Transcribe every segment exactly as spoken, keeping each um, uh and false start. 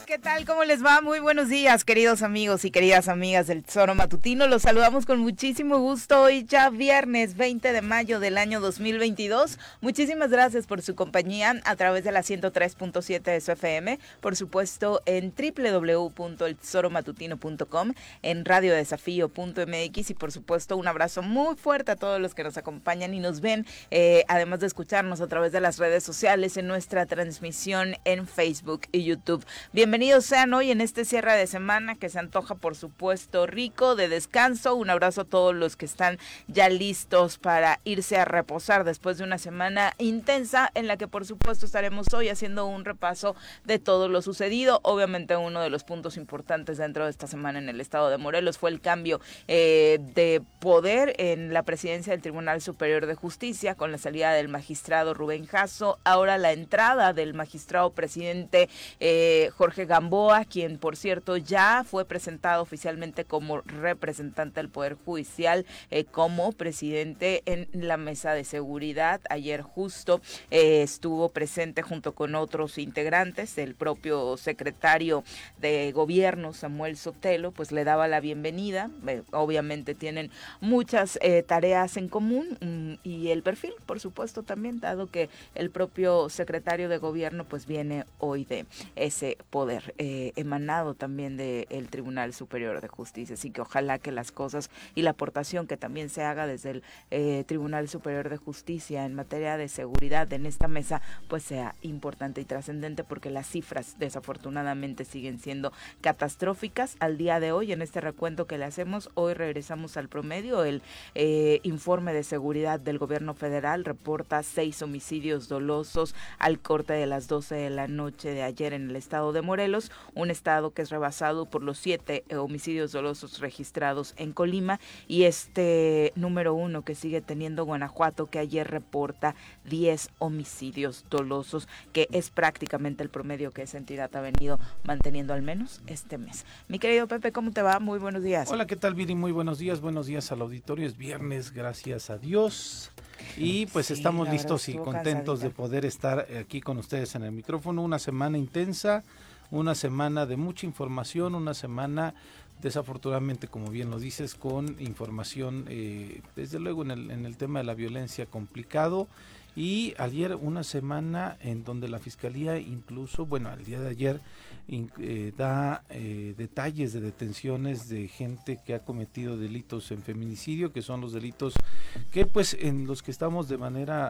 ¿Qué tal? ¿Cómo les va? Muy buenos días, queridos amigos y queridas amigas del Tesoro Matutino. Los saludamos con muchísimo gusto hoy ya viernes veinte de mayo del año dos mil veintidós. Muchísimas gracias por su compañía a través de la ciento tres punto siete de su F M, por supuesto en doble u doble u doble u punto el tesoro matutino punto com, en radio desafío punto m x y por supuesto un abrazo muy fuerte a todos los que nos acompañan y nos ven, eh, además de escucharnos a través de las redes sociales en nuestra transmisión en Facebook y YouTube. Bienvenidos Bienvenidos sean hoy en este cierre de semana que se antoja, por supuesto, rico, de descanso. Un abrazo a todos los que están ya listos para irse a reposar después de una semana intensa en la que, por supuesto, estaremos hoy haciendo un repaso de todo lo sucedido. Obviamente, uno de los puntos importantes dentro de esta semana en el estado de Morelos fue el cambio eh, de poder en la presidencia del Tribunal Superior de Justicia con la salida del magistrado Rubén Jasso. Ahora la entrada del magistrado presidente eh, Jorge Gamboa, quien por cierto ya fue presentado oficialmente como representante del Poder Judicial, eh, como presidente en la mesa de seguridad. Ayer justo eh, estuvo presente junto con otros integrantes, el propio secretario de gobierno Samuel Sotelo, pues le daba la bienvenida. Eh, obviamente tienen muchas eh, tareas en común mm, y el perfil, por supuesto, también, dado que el propio secretario de gobierno pues viene hoy de ese poder. Eh, emanado también del Tribunal Superior de Justicia, así que ojalá que las cosas y la aportación que también se haga desde el eh, Tribunal Superior de Justicia en materia de seguridad en esta mesa pues sea importante y trascendente, porque las cifras desafortunadamente siguen siendo catastróficas. Al día de hoy, en este recuento que le hacemos, hoy regresamos al promedio. El eh, informe de seguridad del gobierno federal reporta seis homicidios dolosos al corte de las doce de la noche de ayer en el estado de Morelos, un estado que es rebasado por los siete homicidios dolosos registrados en Colima, y este número uno que sigue teniendo Guanajuato, que ayer reporta diez homicidios dolosos, que es prácticamente el promedio que esa entidad ha venido manteniendo al menos este mes. Mi querido Pepe, ¿cómo te va? Muy buenos días. Hola, ¿qué tal, Viri? Muy buenos días, buenos días al auditorio. Es viernes, gracias a Dios. Y pues sí, estamos listos y contentos cansadita. de poder estar aquí con ustedes en el micrófono. Una semana intensa, una semana de mucha información, una semana desafortunadamente, como bien lo dices, con información, eh, desde luego en el, en el tema de la violencia complicado. Y ayer una semana en donde la Fiscalía incluso, bueno, al día de ayer in, eh, da eh, detalles de detenciones de gente que ha cometido delitos en feminicidio, que son los delitos que pues en los que estamos de manera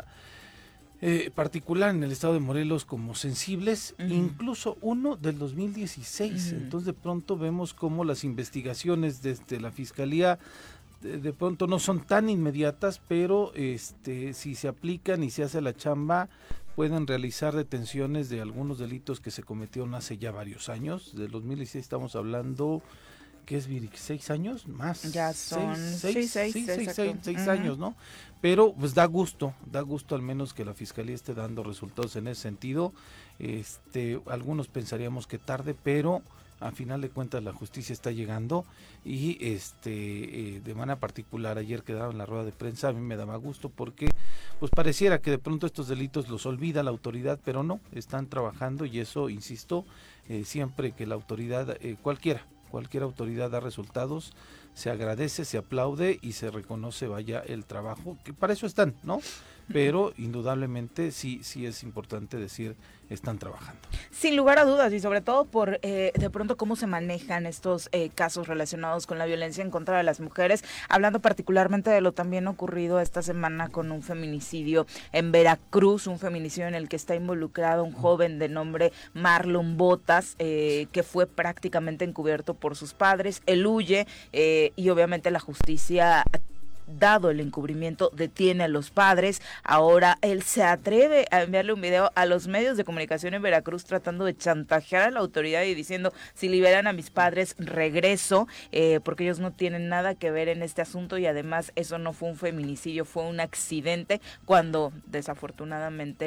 Eh, particular en el estado de Morelos como sensibles, uh-huh. incluso uno del dos mil dieciséis. Uh-huh. Entonces de pronto vemos cómo las investigaciones desde la Fiscalía de, de pronto no son tan inmediatas, pero este si se aplican y se hace la chamba, pueden realizar detenciones de algunos delitos que se cometieron hace ya varios años. Del dos mil dieciséis estamos hablando, ¿qué es, Viri? ¿Seis años? ¿Más? Ya son seis, seis, seis, seis, sí, seis, seis, seis, seis uh-huh. años, ¿no? Pero pues da gusto, da gusto al menos que la Fiscalía esté dando resultados en ese sentido. Este, algunos pensaríamos que tarde, pero a final de cuentas la justicia está llegando y este eh, de manera particular ayer que daban la rueda de prensa, a mí me daba gusto porque pues pareciera que de pronto estos delitos los olvida la autoridad, pero no, están trabajando y eso, insisto, eh, siempre que la autoridad, eh, cualquiera, cualquier autoridad da resultados, se agradece, se aplaude y se reconoce, vaya, el trabajo, que para eso están, ¿no? Pero indudablemente sí, sí es importante decir, están trabajando. Sin lugar a dudas, y sobre todo por eh, de pronto cómo se manejan estos eh, casos relacionados con la violencia en contra de las mujeres, hablando particularmente de lo también ocurrido esta semana con un feminicidio en Veracruz, un feminicidio en el que está involucrado un joven de nombre Marlon Botas, eh, que fue prácticamente encubierto por sus padres. Él huye eh, y obviamente la justicia, dado el encubrimiento, detiene a los padres. Ahora él se atreve a enviarle un video a los medios de comunicación en Veracruz tratando de chantajear a la autoridad y diciendo, si liberan a mis padres, regreso, eh, porque ellos no tienen nada que ver en este asunto y además eso no fue un feminicidio, fue un accidente, cuando desafortunadamente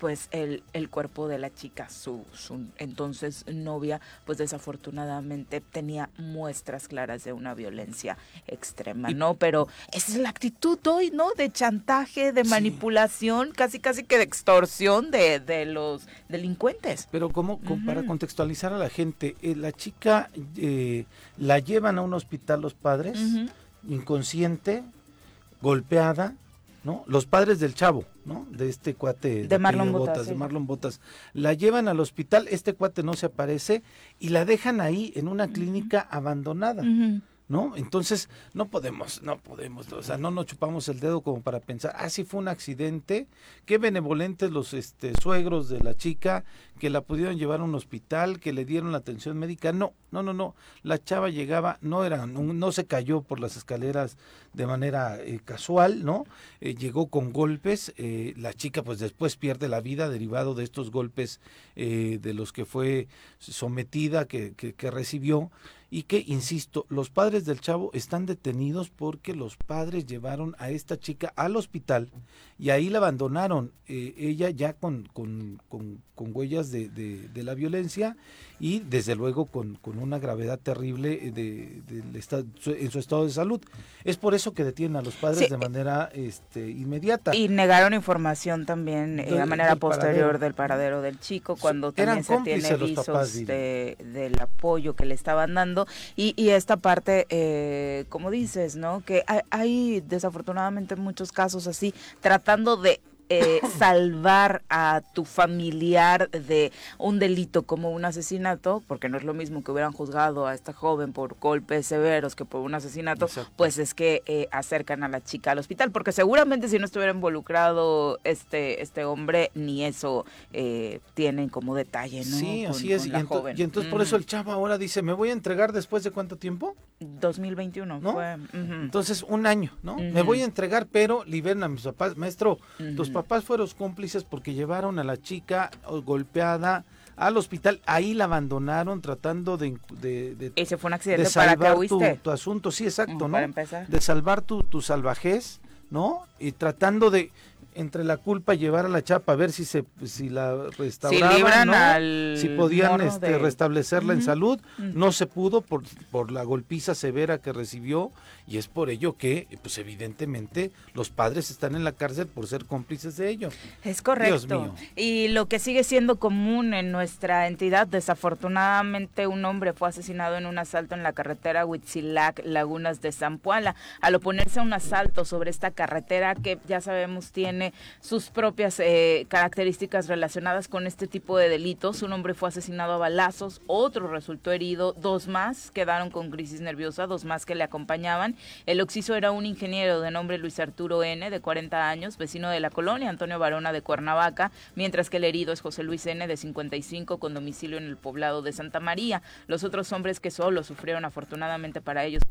pues el, el cuerpo de la chica, su, su entonces novia, pues desafortunadamente tenía muestras claras de una violencia extrema, ¿no? Pero esa es la actitud hoy, ¿no? De chantaje, de manipulación, sí. casi casi que de extorsión de, de los delincuentes. Pero como, como uh-huh. para contextualizar a la gente, eh, la chica eh, la llevan a un hospital los padres, uh-huh. inconsciente, golpeada, ¿no? Los padres del chavo, ¿no? De este cuate de, de Marlon Botas, Botas sí. de Marlon Botas, la llevan al hospital, este cuate no se aparece y la dejan ahí en una clínica uh-huh. abandonada. Uh-huh. ¿No? Entonces, no podemos, no podemos, o sea, no nos chupamos el dedo como para pensar, ah, sí fue un accidente, qué benevolentes los este, suegros de la chica, que la pudieron llevar a un hospital, que le dieron la atención médica, no, no, no, no, la chava llegaba, no era, no, no se cayó por las escaleras de manera eh, casual, ¿no? Eh, llegó con golpes, eh, la chica pues después pierde la vida derivado de estos golpes eh, de los que fue sometida, que, que, que recibió, y que, insisto, los padres del chavo están detenidos porque los padres llevaron a esta chica al hospital y ahí la abandonaron, eh, ella ya con, con, con, con huellas de, de, de la violencia y desde luego con, con una gravedad terrible de, de, de estado, en su estado de salud. Es por eso que detienen a los padres sí. de manera este, inmediata. Y negaron información también de, eh, de manera del posterior paradero. del paradero del chico, cuando so, también se tiene visos papás, de, del apoyo que le estaban dando. Y, y esta parte, eh, como dices, ¿no? Que hay, hay desafortunadamente muchos casos así, tratando de Eh, salvar a tu familiar de un delito como un asesinato, porque no es lo mismo que hubieran juzgado a esta joven por golpes severos que por un asesinato. Exacto. Pues es que eh, acercan a la chica al hospital, porque seguramente si no estuviera involucrado este este hombre, ni eso eh, tienen como detalle, ¿no? Sí, con, así es, con y, la ento- joven. y entonces mm. por eso el chavo ahora dice, me voy a entregar después de ¿cuánto tiempo? dos mil veintiuno, ¿no? Fue. Uh-huh. Entonces, un año, ¿no? Uh-huh. Me voy a entregar, pero liberen a mis papás. Maestro, uh-huh. tus papás fueron cómplices porque llevaron a la chica golpeada al hospital, ahí la abandonaron tratando de... de, de Ese fue un accidente de salvar para que tu, huiste. tu asunto, sí, exacto, uh-huh, ¿no? Para empezar. De salvar tu, tu salvajez, ¿no? Y tratando de... entre la culpa llevar a la chapa a ver si se si la restauraban, si, libran ¿no? al si podían este, de... restablecerla uh-huh. en salud, uh-huh. no se pudo por, por la golpiza severa que recibió y es por ello que pues evidentemente los padres están en la cárcel por ser cómplices de ello. Es correcto. Dios mío. Y lo que sigue siendo común en nuestra entidad, desafortunadamente un hombre fue asesinado en un asalto en la carretera Huitzilac, Lagunas de Zampoala, al oponerse a un asalto sobre esta carretera que ya sabemos tiene sus propias eh, características relacionadas con este tipo de delitos. Un hombre fue asesinado a balazos, otro resultó herido, dos más quedaron con crisis nerviosa, dos más que le acompañaban. El occiso era un ingeniero de nombre Luis Arturo N., de cuarenta años, vecino de la colonia Antonio Varona de Cuernavaca, mientras que el herido es José Luis N., de cincuenta y cinco, con domicilio en el poblado de Santa María. Los otros hombres que solo sufrieron, afortunadamente para ellos,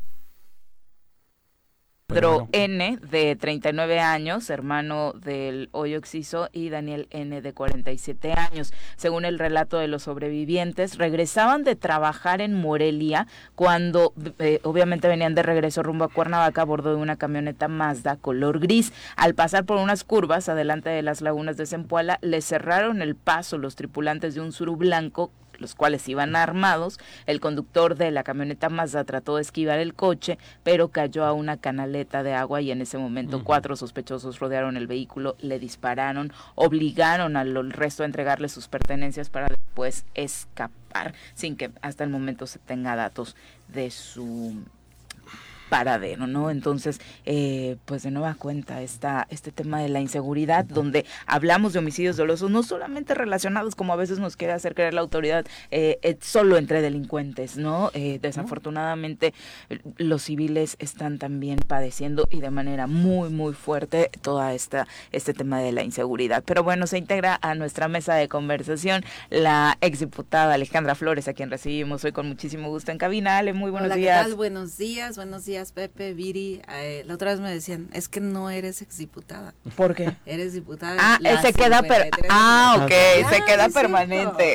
Pedro N., de treinta y nueve años, hermano del hoyo occiso, y Daniel N., de cuarenta y siete años. Según el relato de los sobrevivientes, regresaban de trabajar en Morelia cuando eh, obviamente venían de regreso rumbo a Cuernavaca a bordo de una camioneta Mazda color gris. Al pasar por unas curvas adelante de las lagunas de Zempoala, les cerraron el paso los tripulantes de un Suru blanco, los cuales iban armados. El conductor de la camioneta Mazda trató de esquivar el coche, pero cayó a una canaleta de agua y en ese momento uh-huh. cuatro sospechosos rodearon el vehículo, le dispararon, obligaron al resto a entregarle sus pertenencias para después escapar, sin que hasta el momento se tenga datos de su paradero, ¿no? Entonces, eh, pues de nueva cuenta está este tema de la inseguridad, donde hablamos de homicidios dolosos, no solamente relacionados, como a veces nos quiere hacer creer la autoridad, eh, eh, solo entre delincuentes, ¿no? Eh, desafortunadamente, los civiles están también padeciendo y de manera muy, muy fuerte toda esta este tema de la inseguridad. Pero bueno, se integra a nuestra mesa de conversación la exdiputada Alejandra Flores, a quien recibimos hoy con muchísimo gusto en cabina. Ale, muy buenos Hola, días. ¿qué tal? Buenos días, buenos días días, Pepe, Viri. Eh, la otra vez me decían, es que no eres exdiputada. ¿Por qué? Eres diputada. Ah, se queda per ah, ok, ah, se queda sí permanente.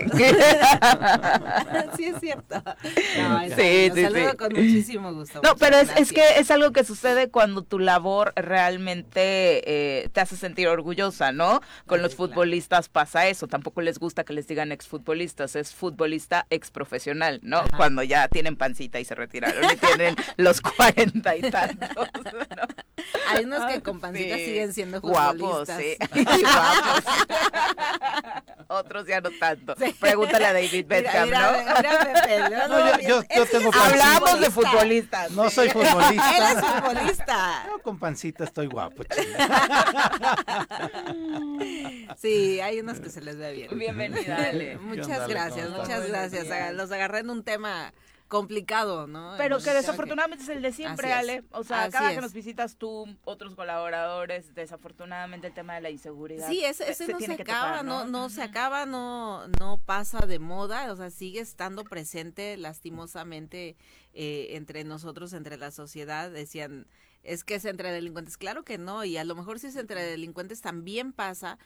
Sí es cierto. No, es sí, lo sí, saludo sí. con muchísimo gusto. No, pero es, es que es algo que sucede cuando tu labor realmente eh, te hace sentir orgullosa, ¿no? Con sí, los futbolistas claro. pasa eso. Tampoco les gusta que les digan exfutbolistas, es futbolista exprofesional, ¿no? Ajá. Cuando ya tienen pancita y se retiraron y tienen los cuarenta y tantos, ¿no? Hay unos que con pancita sí. siguen siendo futbolistas. Guapos, sí. Guapos. Otros ya no tanto. Sí. Pregúntale a David Beckham, mira, mira, ¿no? Mira, Pepe, no, no, yo, yo, yo tengo pancita. Hablamos de futbolistas. No soy futbolista. Él es futbolista. No, con pancita estoy guapo. Sí, hay unos que se les ve bien. Bienvenida, Ale. Muchas gracias, muchas gracias. Los agarré en un tema complicado, ¿no? Pero que desafortunadamente que... es el de siempre, Así Ale. O sea, Así cada es. que nos visitas tú, otros colaboradores, desafortunadamente el tema de la inseguridad. Sí, ese, ese se no se acaba, tocar, ¿no? no, no uh-huh. se acaba, no, no pasa de moda, o sea, sigue estando presente lastimosamente eh, entre nosotros, entre la sociedad. Decían, es que es entre delincuentes, claro que no, y a lo mejor si es entre delincuentes también pasa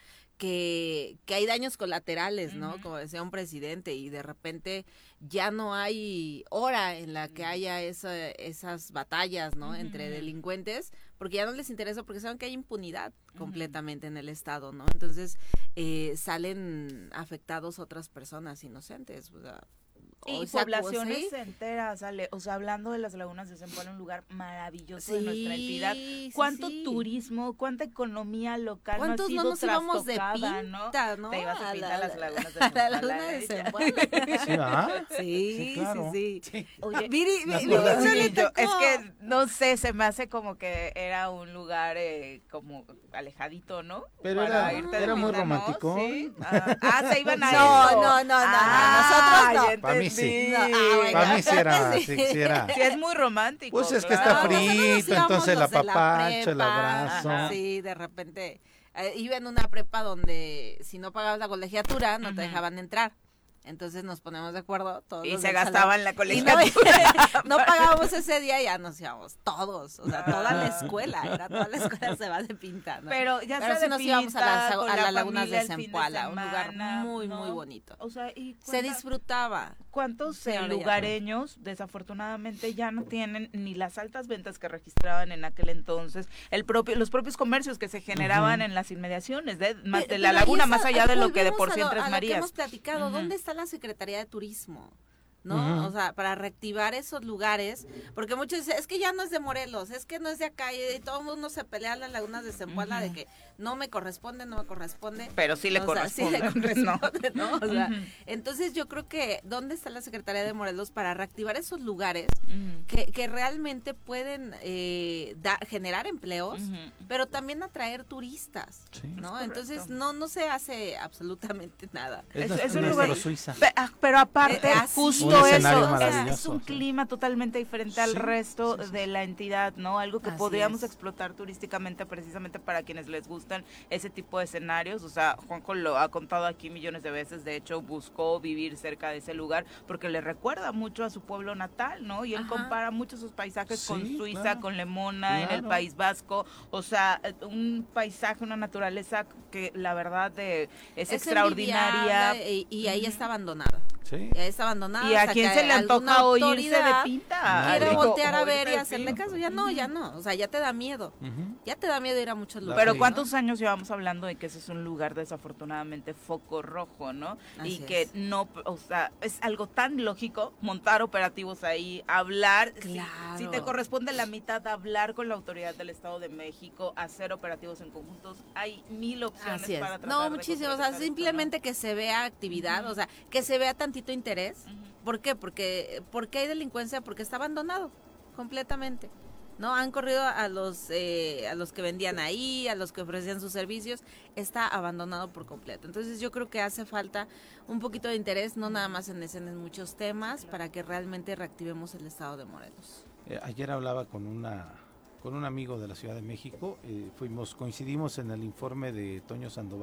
que, que hay daños colaterales, ¿no? Uh-huh. Como decía un presidente, y de repente ya no hay hora en la que haya esa, esas batallas, ¿no? Uh-huh. Entre delincuentes, porque ya no les interesa, porque saben que hay impunidad uh-huh. completamente en el Estado, ¿no? Entonces eh, salen afectados otras personas inocentes, o sea, y sea, poblaciones ¿sí? enteras, Ale. O sea, hablando de las lagunas de Zempoala, un lugar maravilloso sí, de nuestra entidad. ¿Cuánto sí, sí. turismo, cuánta economía local no ha ¿Cuántos sido no nos íbamos de trastocada, pinta, ¿no? ¿no? Te ibas a pintar la, las lagunas de la, Zempoala. la laguna de Zempoala. ¿Sí, ¿verdad? Sí, sí, claro. sí, sí. sí. Oye, Viri, Viri, Viri, no no le yo, tocó. es que, no sé, se me hace como que era un lugar eh, como alejadito, ¿no? Pero Para era, irte era de muy pinta, romántico. ¿no? ¿Sí? Ah, ah, se iban a No, eso. no, no, no, ah, no, nosotros no. Para mí sí. No, ah, bueno. Para mí sí era, sí, sí era. Sí, es muy romántico. Pues es que claro. está frito, entonces la la papacha, el abrazo. Ajá. Sí, de repente eh, iba en una prepa donde si no pagabas la colegiatura no uh-huh. te dejaban entrar. Entonces nos ponemos de acuerdo todos. Y los se gastaban la colegiatura. No, no pagábamos ese día y ya nos íbamos todos, o sea, toda la escuela, era toda la escuela se va de pinta, ¿no? Pero ya Pero sí nos íbamos a las, a la las lagunas de Zempoala, Zempoala, un lugar muy, ¿no? muy bonito. O sea, ¿y se disfrutaba. ¿Cuántos eh, lugareños desafortunadamente ya no tienen ni las altas ventas que registraban en aquel entonces, el propio, los propios comercios que se generaban uh-huh. en las inmediaciones de, más de la laguna, más allá de lo que de por sí en Tres Marías? Hemos platicado, uh-huh. ¿dónde está la Secretaría de Turismo? ¿No? Uh-huh. O sea, para reactivar esos lugares, porque muchos dicen, es que ya no es de Morelos, es que no es de acá, y todo el mundo se pelea en las lagunas de Zempoala uh-huh. de que no me corresponde, no me corresponde. Pero sí le o corresponde. Sea, sí le corresponde, ¿no? O sea, uh-huh. entonces yo creo que, ¿dónde está la Secretaría de Morelos para reactivar esos lugares uh-huh. que, que realmente pueden eh, da, generar empleos, uh-huh. pero también atraer turistas, sí, ¿no? Entonces no, no se hace absolutamente nada. Es, es, es un lugar Suiza. Pero aparte, eh, justo eso, es, es un clima totalmente diferente al sí, resto sí, sí. de la entidad, ¿no? Algo que Así podríamos es. explotar turísticamente precisamente para quienes les gustan ese tipo de escenarios. O sea, Juanjo lo ha contado aquí millones de veces, de hecho buscó vivir cerca de ese lugar porque le recuerda mucho a su pueblo natal, ¿no? Y él Ajá. compara mucho sus paisajes sí, con Suiza, claro. con Lemona, claro. en el País Vasco. O sea, un paisaje, una naturaleza que la verdad de, es, es extraordinaria. Y, y ahí está abandonada. Sí. Ya está abandonada. ¿Y a quién se le antoja hoy irse de pinta? Quiere voltear a ver y hacerle caso. Ya no, ya no. O sea, ya te da miedo. Uh-huh. Ya te da miedo ir a muchos lugares. Pero ¿cuántos ¿no? años llevamos hablando de que ese es un lugar desafortunadamente foco rojo, ¿no? Así y que es. no, o sea, es algo tan lógico montar operativos ahí, hablar. Claro. Si, si te corresponde la mitad, hablar con la autoridad del Estado de México, hacer operativos en conjuntos. Hay mil opciones Así es. para tratar No, de muchísimo. O sea, simplemente esto, ¿no? que se vea actividad, uh-huh. o sea, que se vea tantito interés. Uh-huh. ¿Por qué? Porque, porque hay delincuencia, porque está abandonado completamente. No, han corrido a los eh, a los que vendían ahí, a los que ofrecían sus servicios, está abandonado por completo. Entonces yo creo que hace falta un poquito de interés, no nada más en ese, en muchos temas, para que realmente reactivemos el estado de Morelos. Eh, ayer hablaba con una con un amigo de la Ciudad de México, eh, fuimos coincidimos en el informe de Toño Sandoval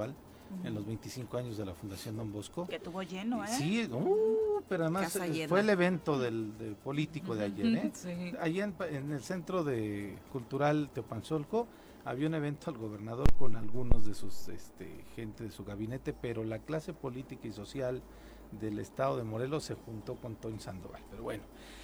uh-huh. en los veinticinco años de la Fundación Don Bosco. Que tuvo lleno, ¿eh? Sí, uh, pero además fue el evento del, del político de ayer, ¿eh? Sí. Allí en, en el Centro de Cultural Teopanzolco había un evento al gobernador con algunos de sus este, gente de su gabinete, pero la clase política y social del estado de Morelos se juntó con Toño Sandoval, pero bueno.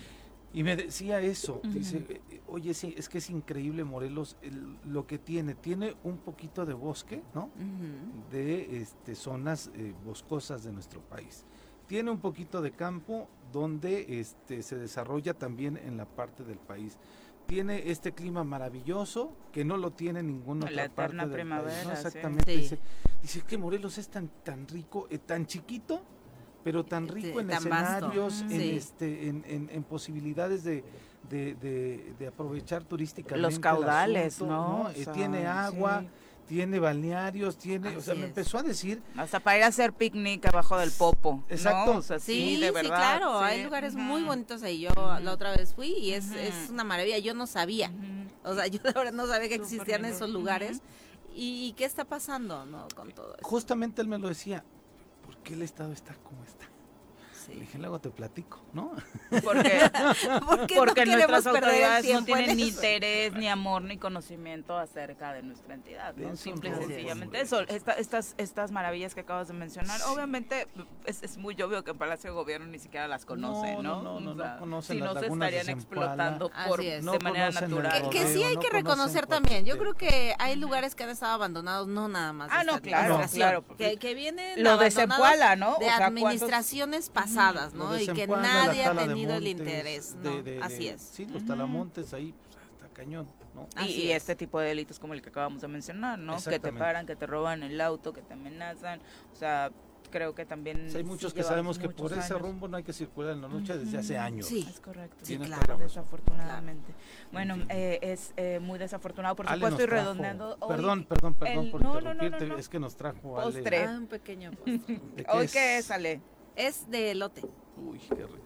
Y me decía eso, uh-huh. dice, oye, sí, es que es increíble Morelos, el, lo que tiene, tiene un poquito de bosque, ¿no? Uh-huh. De este, zonas eh, boscosas de nuestro país. Tiene un poquito de campo donde este, se desarrolla también en la parte del país. Tiene este clima maravilloso que no lo tiene ninguna otra parte del primavera, país. ¿No? Exactamente, sí. dice, dice que Morelos es tan, tan rico, eh, tan chiquito, pero tan rico en escenarios, en, sí. este, en, en, en posibilidades de, de, de, de aprovechar turísticamente. Los caudales, asunto, ¿no? ¿no? O sea, tiene agua, sí. tiene balnearios, tiene, Así o sea, es. me empezó a decir. Hasta para ir a hacer picnic abajo del Popo. Exacto. ¿no? O sea, sí, sí, de verdad. Sí, claro, sí. hay lugares uh-huh. muy bonitos ahí. Yo uh-huh. la otra vez fui y es, uh-huh. es una maravilla. Yo no sabía, uh-huh. o sea, yo de verdad no sabía que existían Super esos lugares. Uh-huh. y, y qué está pasando, ¿no? Con todo eso. Justamente él me lo decía, ¿por qué el estado está como está? Sí. Le dije, luego te platico, ¿no? Porque, ¿Por qué porque no nuestras autoridades no tienen ni eso? interés, ni amor, ni conocimiento acerca de nuestra entidad, ¿no? Simple y sencillamente eso. Esta, estas, estas maravillas que acabas de mencionar, sí. obviamente es, es muy obvio que el Palacio de Gobierno ni siquiera las conoce, ¿no? No, no, no, o sea, no conocen si las no se estarían explotando por, de no manera natural. Que, que sí hay no que reconocer también. Yo creo que hay lugares que han estado abandonados, no nada más. Ah, no, claro, claro. Que, que vienen lo de Zempoala, ¿no? De administraciones pasadas, ¿no? Y que nadie ha tenido Montes, el interés, ¿no? De, de, Así de, es. Sí, los uh-huh. talamontes ahí, pues, hasta cañón, ¿no? Y, y este tipo de delitos como el que acabamos de mencionar, ¿no? Que te paran, que te roban el auto, que te amenazan, o sea, creo que también... Sí, hay muchos sí que sabemos que por años. ese rumbo no hay que circular en la noche uh-huh. desde hace años. Sí, es correcto. Sí, sí, claro. Desafortunadamente. Claro. Bueno, eh, es eh, muy desafortunado, por supuesto, y redondeando... Hoy perdón, perdón, perdón el, por no, interrumpirte, no, no, no. es que nos trajo postre. Ale. Ah, un pequeño postre. ¿De qué ¿Hoy es? qué es, Ale? Es de elote. Uy, qué rico.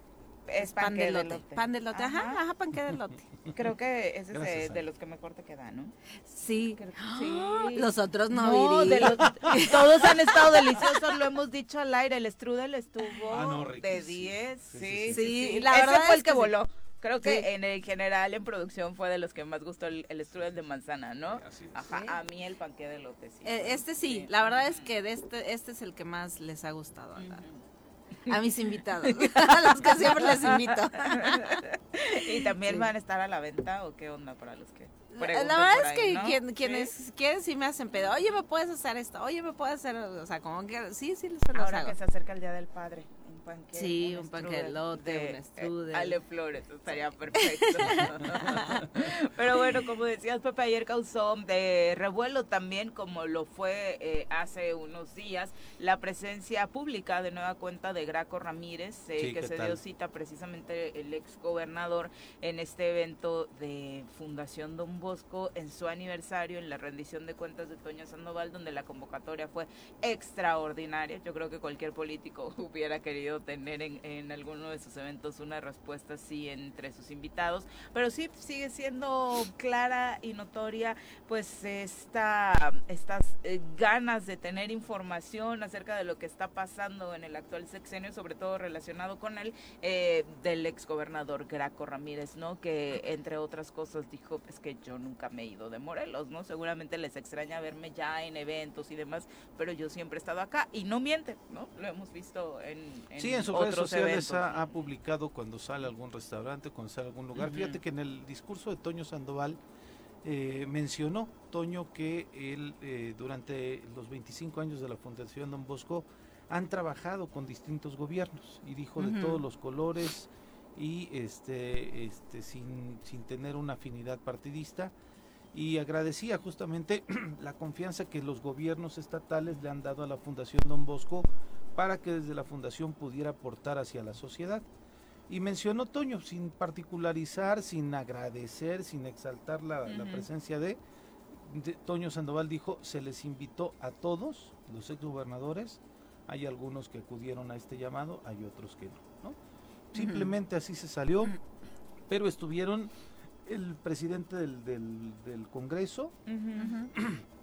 Es pan, pan de elote. elote. Pan de elote, ajá, ajá, ajá panque de elote. Creo que ese es de, de los que mejor te queda, ¿no? Sí. Creo que sí. Los otros no, no de los, todos han estado deliciosos, lo hemos dicho al aire. El strudel estuvo ah, no, de diez. Sí, sí, sí. sí, sí. La ese verdad fue es el que, que voló. Sí. Creo que sí. en el general, en producción, fue de los que más gustó el, el strudel de manzana, ¿no? Sí, Ajá, sí. a mí el panque de elote, sí. Eh, este sí, sí, la verdad es que de este, este es el que más les ha gustado, ¿verdad? Uh-huh. A mis invitados, a los que siempre les invito. ¿Y también sí. van a estar a la venta o qué onda para los que La verdad es que ahí, ¿no? quien, quienes ¿Sí? quieren sí me hacen pedo. Oye, ¿me puedes hacer esto? Oye, ¿me puedes hacer? O sea, como que sí, sí les los Ahora hago. que se acerca el Día del Padre. Un panque, sí, un, un panque de elote, un strudel. Eh, Ale Flores, estaría perfecto. Pero bueno, como decías, Pepe, ayer causó de revuelo también, como lo fue eh, hace unos días, la presencia pública de nueva cuenta de Graco Ramírez, eh, sí, que se tal? dio cita precisamente el ex gobernador en este evento de Fundación Don Bosco en su aniversario, en la rendición de cuentas de Toño Sandoval, donde la convocatoria fue extraordinaria. Yo creo que cualquier político hubiera querido tener en, en alguno de sus eventos una respuesta así entre sus invitados, pero sí sigue siendo clara y notoria pues esta, estas eh, ganas de tener información acerca de lo que está pasando en el actual sexenio, sobre todo relacionado con el eh, del exgobernador Graco Ramírez, ¿no? Que entre otras cosas dijo, es que yo nunca me he ido de Morelos, ¿no? Seguramente les extraña verme ya en eventos y demás, pero yo siempre he estado acá, y no miente, ¿no? Lo hemos visto en, en sí, en sus otros redes sociales ha, ha publicado cuando sale a algún restaurante, cuando sale a algún lugar. Uh-huh. Fíjate que en el discurso de Toño Sandoval eh, mencionó Toño que él eh, durante los veinticinco años de la Fundación Don Bosco han trabajado con distintos gobiernos, y dijo uh-huh. de todos los colores y este, este sin, sin tener una afinidad partidista, y agradecía justamente la confianza que los gobiernos estatales le han dado a la Fundación Don Bosco para que desde la fundación pudiera aportar hacia la sociedad. Y mencionó Toño, sin particularizar, sin agradecer, sin exaltar la, uh-huh. la presencia de, de Toño Sandoval, dijo, se les invitó a todos los exgobernadores, hay algunos que acudieron a este llamado, hay otros que no, ¿no? Simplemente uh-huh. así se salió, pero estuvieron el presidente del, del, del Congreso, uh-huh.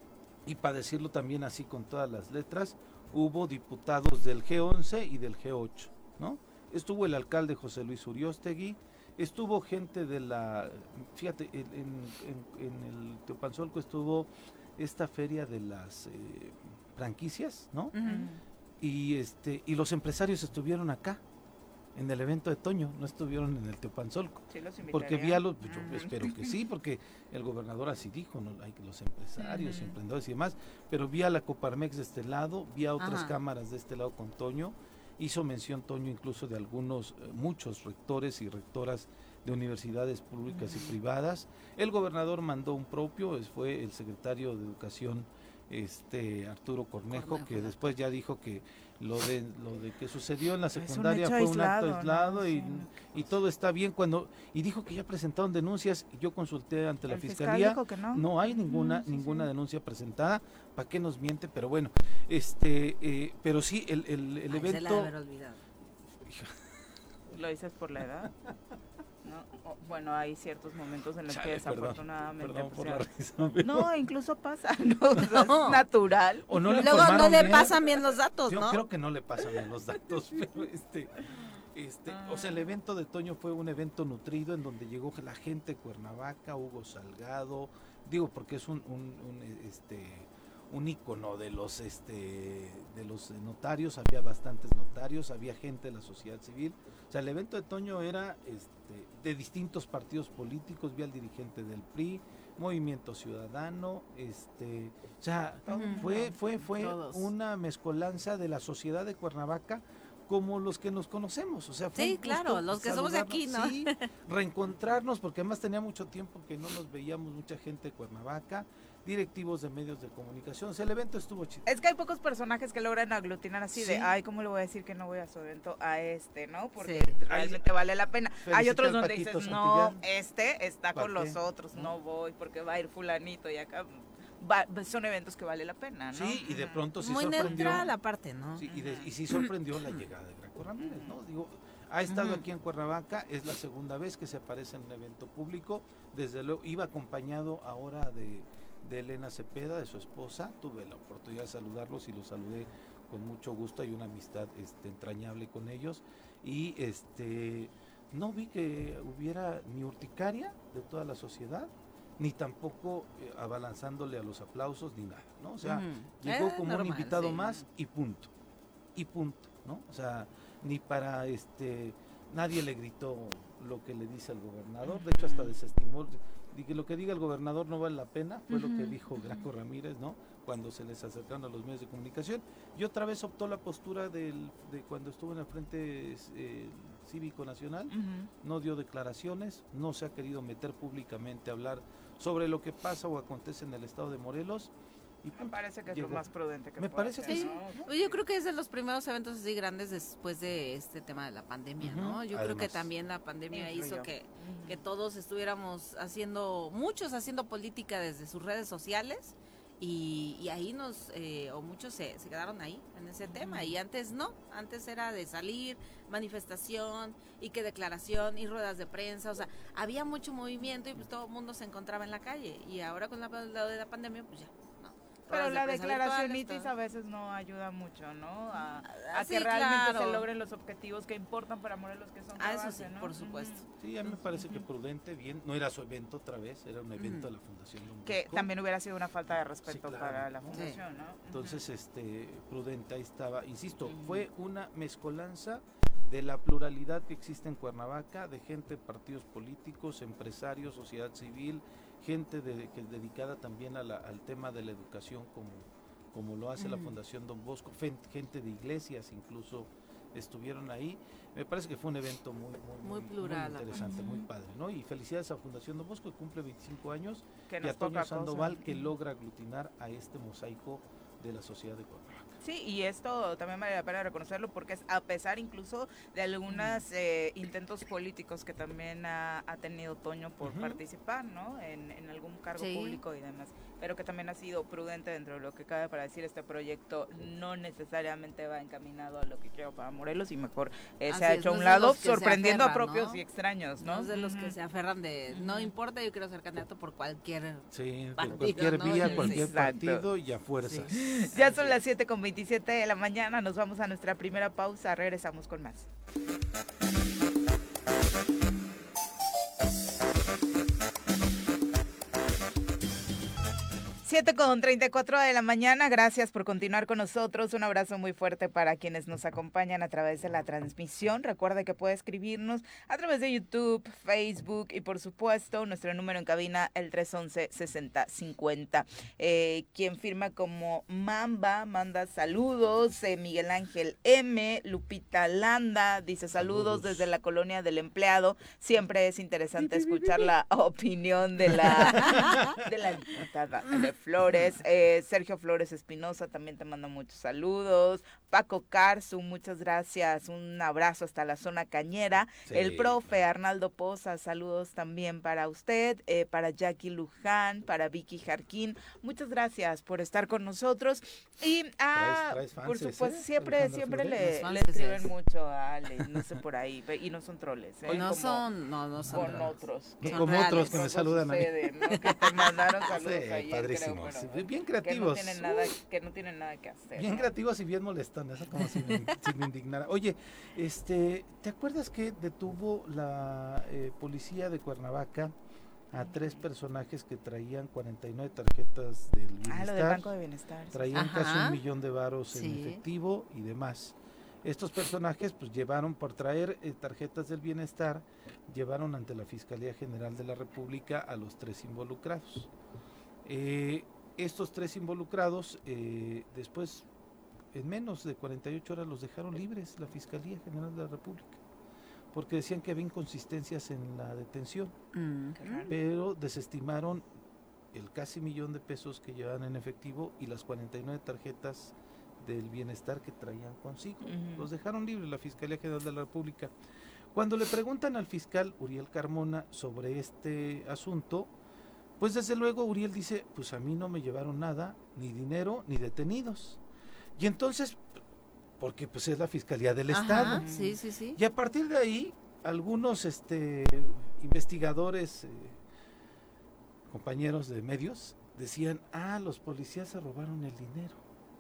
y para decirlo también así con todas las letras, hubo diputados del G once y del G ocho, ¿no? Estuvo el alcalde José Luis Uriostegui, estuvo gente de la, fíjate, en, en, en el Teopanzolco estuvo esta feria de las eh, franquicias, ¿no? Uh-huh. Y este y los empresarios estuvieron acá en el evento de Toño, no estuvieron en el Teopanzolco. Sí, los porque vi a los, yo uh-huh. espero que sí, porque el gobernador así dijo, ¿no? Hay los empresarios, uh-huh. emprendedores y demás, pero vi a la Coparmex de este lado, vi a otras uh-huh. cámaras de este lado con Toño, hizo mención Toño incluso de algunos, eh, muchos rectores y rectoras de universidades públicas uh-huh. y privadas. El gobernador mandó un propio, fue el secretario de Educación, este Arturo Cornejo, Cornejo que después ya dijo que lo de lo de que sucedió en la secundaria un fue aislado, un acto aislado, ¿no? y, sí. y todo está bien, cuando y dijo que ya presentaron denuncias, y yo consulté ante la el fiscalía, dijo que no. no hay ninguna sí, ninguna sí. denuncia presentada, ¿para qué nos miente? Pero bueno, este eh, pero sí el, el, el Ay, evento se la haber olvidado. ¿Lo dices por la edad? No, o, bueno, hay ciertos momentos en los Chale, que desafortunadamente perdón, pues, perdón ya, por la risa, no, incluso pasa, no, o sea, no. es natural. O no le Luego no le bien. pasan bien los datos, Yo ¿no? creo que no le pasan bien los datos, pero este este, ah. o sea, el evento de Toño fue un evento nutrido en donde llegó la gente de Cuernavaca, Hugo Salgado, digo porque es un, un, un este un ícono de los este de los notarios, había bastantes notarios, había gente de la sociedad civil. O sea, el evento de Toño era este, de distintos partidos políticos, vi al dirigente del P R I, Movimiento Ciudadano, este, o sea, uh-huh. fue fue fue Todos. una mezcolanza de la sociedad de Cuernavaca como los que nos conocemos, o sea, fue sí, claro, los que somos de aquí, ¿no? Sí, reencontrarnos, porque además tenía mucho tiempo que no nos veíamos, mucha gente de Cuernavaca, directivos de medios de comunicación, o sea, el evento estuvo chido. Es que hay pocos personajes que logran aglutinar así sí. de, ay, ¿cómo le voy a decir que no voy a su evento a este, no? Porque sí. realmente ay, vale la pena. Hay otros donde Paquito dices, Santillán. no, este está con los otros, no voy porque va a ir fulanito y acá... Va, son eventos que vale la pena, ¿no? Sí, y de pronto sí Muy sorprendió. Muy neutral aparte, ¿no? Sí, y, de, y sí sorprendió la llegada de Graco Ramírez, ¿no? Digo, ha estado uh-huh. aquí en Cuernavaca, es la segunda vez que se aparece en un evento público, desde luego, iba acompañado ahora de, de Elena Cepeda, de su esposa, tuve la oportunidad de saludarlos y los saludé con mucho gusto, hay una amistad este, entrañable con ellos, y este no vi que hubiera ni urticaria de toda la sociedad, ni tampoco eh, abalanzándole a los aplausos ni nada, ¿no? O sea, uh-huh. llegó eh, como normal, un invitado sí. más y punto, y punto, ¿no? O sea, ni para este, nadie le gritó lo que le dice al gobernador, de hecho hasta desestimó, y que lo que diga el gobernador no vale la pena, fue uh-huh. lo que dijo Graco Ramírez, ¿no? Cuando se les acercaron a los medios de comunicación, y otra vez optó la postura del, de cuando estuvo en el Frente eh, Cívico Nacional, uh-huh. no dio declaraciones, no se ha querido meter públicamente a hablar sobre lo que pasa o acontece en el estado de Morelos. Y me parece que es llegó. lo más prudente que me parece hacer, que sí. ¿no? Yo creo que es de los primeros eventos así grandes después de este tema de la pandemia, uh-huh. ¿no? Yo Además, creo que también la pandemia hizo que, uh-huh. que todos estuviéramos haciendo, muchos haciendo política desde sus redes sociales y, y ahí nos, eh, o muchos se, se quedaron ahí en ese uh-huh. tema y antes no, antes era de salir, manifestación y que declaración y ruedas de prensa, o sea, había mucho movimiento y pues todo el mundo se encontraba en la calle y ahora con la, la de la pandemia pues ya. Pero la declaración itis a veces no ayuda mucho, ¿no? A, a sí, que realmente claro. se logren los objetivos que importan para Morelos, que son ah, eso base, sí, ¿no? por supuesto. Sí, a mí me parece que prudente, bien, no era su evento otra vez, era un evento uh-huh. de la Fundación Don Bosco. Que también hubiera sido una falta de respeto sí, claro. para la Fundación, sí. ¿no? Entonces, este, prudente, ahí estaba, insisto, uh-huh. fue una mezcolanza de la pluralidad que existe en Cuernavaca, de gente, partidos políticos, empresarios, sociedad civil, gente de, que dedicada también a la, al tema de la educación como como lo hace uh-huh. la Fundación Don Bosco, gente de iglesias incluso estuvieron ahí. Me parece que fue un evento muy muy, muy, plural, muy interesante, uh-huh. muy padre, ¿no? Y felicidades a Fundación Don Bosco, que cumple veinticinco años, que y a Toño Sandoval, cosa. que logra aglutinar a este mosaico de la sociedad de Cuernavaca. Sí, y esto también vale la pena reconocerlo porque es a pesar incluso de algunos eh, intentos políticos que también ha, ha tenido Toño por uh-huh. participar, ¿no? En, en algún cargo sí. público y demás, pero que también ha sido prudente dentro de lo que cabe para decir este proyecto no necesariamente va encaminado a lo que quiero para Morelos y mejor eh, se ha hecho a un lado sorprendiendo aferran, a propios ¿no? y extraños, ¿no? No es de los uh-huh. que se aferran de no importa, yo quiero ser candidato por cualquier sí, partido, cualquier ¿no? vía, cualquier Exacto. partido y a fuerzas. Sí. Ya son las siete con veintisiete de la mañana, nos vamos a nuestra primera pausa, regresamos con más. siete con treinta y cuatro de la mañana, gracias por continuar con nosotros, un abrazo muy fuerte para quienes nos acompañan a través de la transmisión, recuerde que puede escribirnos a través de YouTube, Facebook y por supuesto nuestro número en cabina el tres once, sesenta cincuenta, eh, quien firma como Mamba, manda saludos, eh, Miguel Ángel M, Lupita Landa, dice saludos, saludos desde la colonia del empleado, siempre es interesante escuchar la opinión de la, de la diputada de Flores, eh, Sergio Flores Espinosa también te manda muchos saludos, Paco Carzu, muchas gracias, un abrazo hasta la zona cañera, sí. El profe Arnaldo Poza, saludos también para usted, eh, para Jackie Luján, para Vicky Jarquín, muchas gracias por estar con nosotros y ah, traes, traes fanses, por supuesto, ¿eh? siempre, Alejandro siempre le, le escriben es. mucho a Ale, no sé por ahí, y no son troles, ¿eh? No como, son, no, no son con otros, que como reales. Otros que me saludan sucede, a mí. ¿No? Que te mandaron saludos sí, ayer, padrísimo. Creo, Sí, bien creativos. Que no tienen nada, que no tienen nada que hacer. Bien ¿no? creativos y bien molestones, eso como si me, si me indignara. Oye, este, ¿te acuerdas que detuvo la eh, policía de Cuernavaca a tres personajes que traían cuarenta y nueve tarjetas del bienestar? Ah, lo del Banco de Bienestar. Traían Ajá. casi un millón de varos sí. en efectivo y demás. Estos personajes pues llevaron por traer eh, tarjetas del bienestar, llevaron ante la Fiscalía General de la República a los tres involucrados. Eh, estos tres involucrados eh, después en menos de cuarenta y ocho horas los dejaron libres la Fiscalía General de la República porque decían que había inconsistencias en la detención, mm, pero desestimaron el casi millón de pesos que llevaban en efectivo y las cuarenta y nueve tarjetas del bienestar que traían consigo. Uh-huh. Los dejaron libres la Fiscalía General de la República. Cuando le preguntan al fiscal Uriel Carmona sobre este asunto, pues desde luego Uriel dice, pues a mí no me llevaron nada, ni dinero, ni detenidos. Y entonces, porque pues es la Fiscalía del Ajá, Estado. Sí, sí, sí. Y a partir de ahí, algunos este, investigadores, eh, compañeros de medios, decían, ah, los policías se robaron el dinero.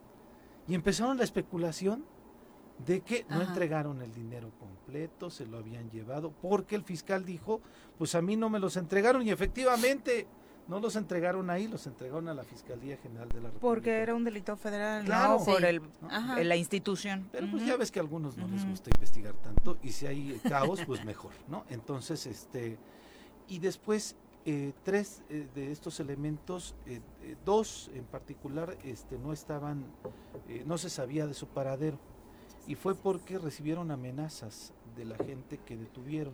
Y empezaron la especulación de que no Ajá. entregaron el dinero completo, se lo habían llevado, porque el fiscal dijo, pues a mí no me los entregaron, y efectivamente no los entregaron ahí, los entregaron a la Fiscalía General de la República. Porque era un delito federal, claro, ¿no? sí. Por el, ¿no? la institución. Pero uh-huh. pues ya ves que a algunos no uh-huh. les gusta investigar tanto, y si hay caos, pues mejor, ¿no? Entonces, este, y después, eh, tres eh, de estos elementos, eh, eh, dos en particular, este, no estaban, eh, no se sabía de su paradero, y fue porque recibieron amenazas de la gente que detuvieron.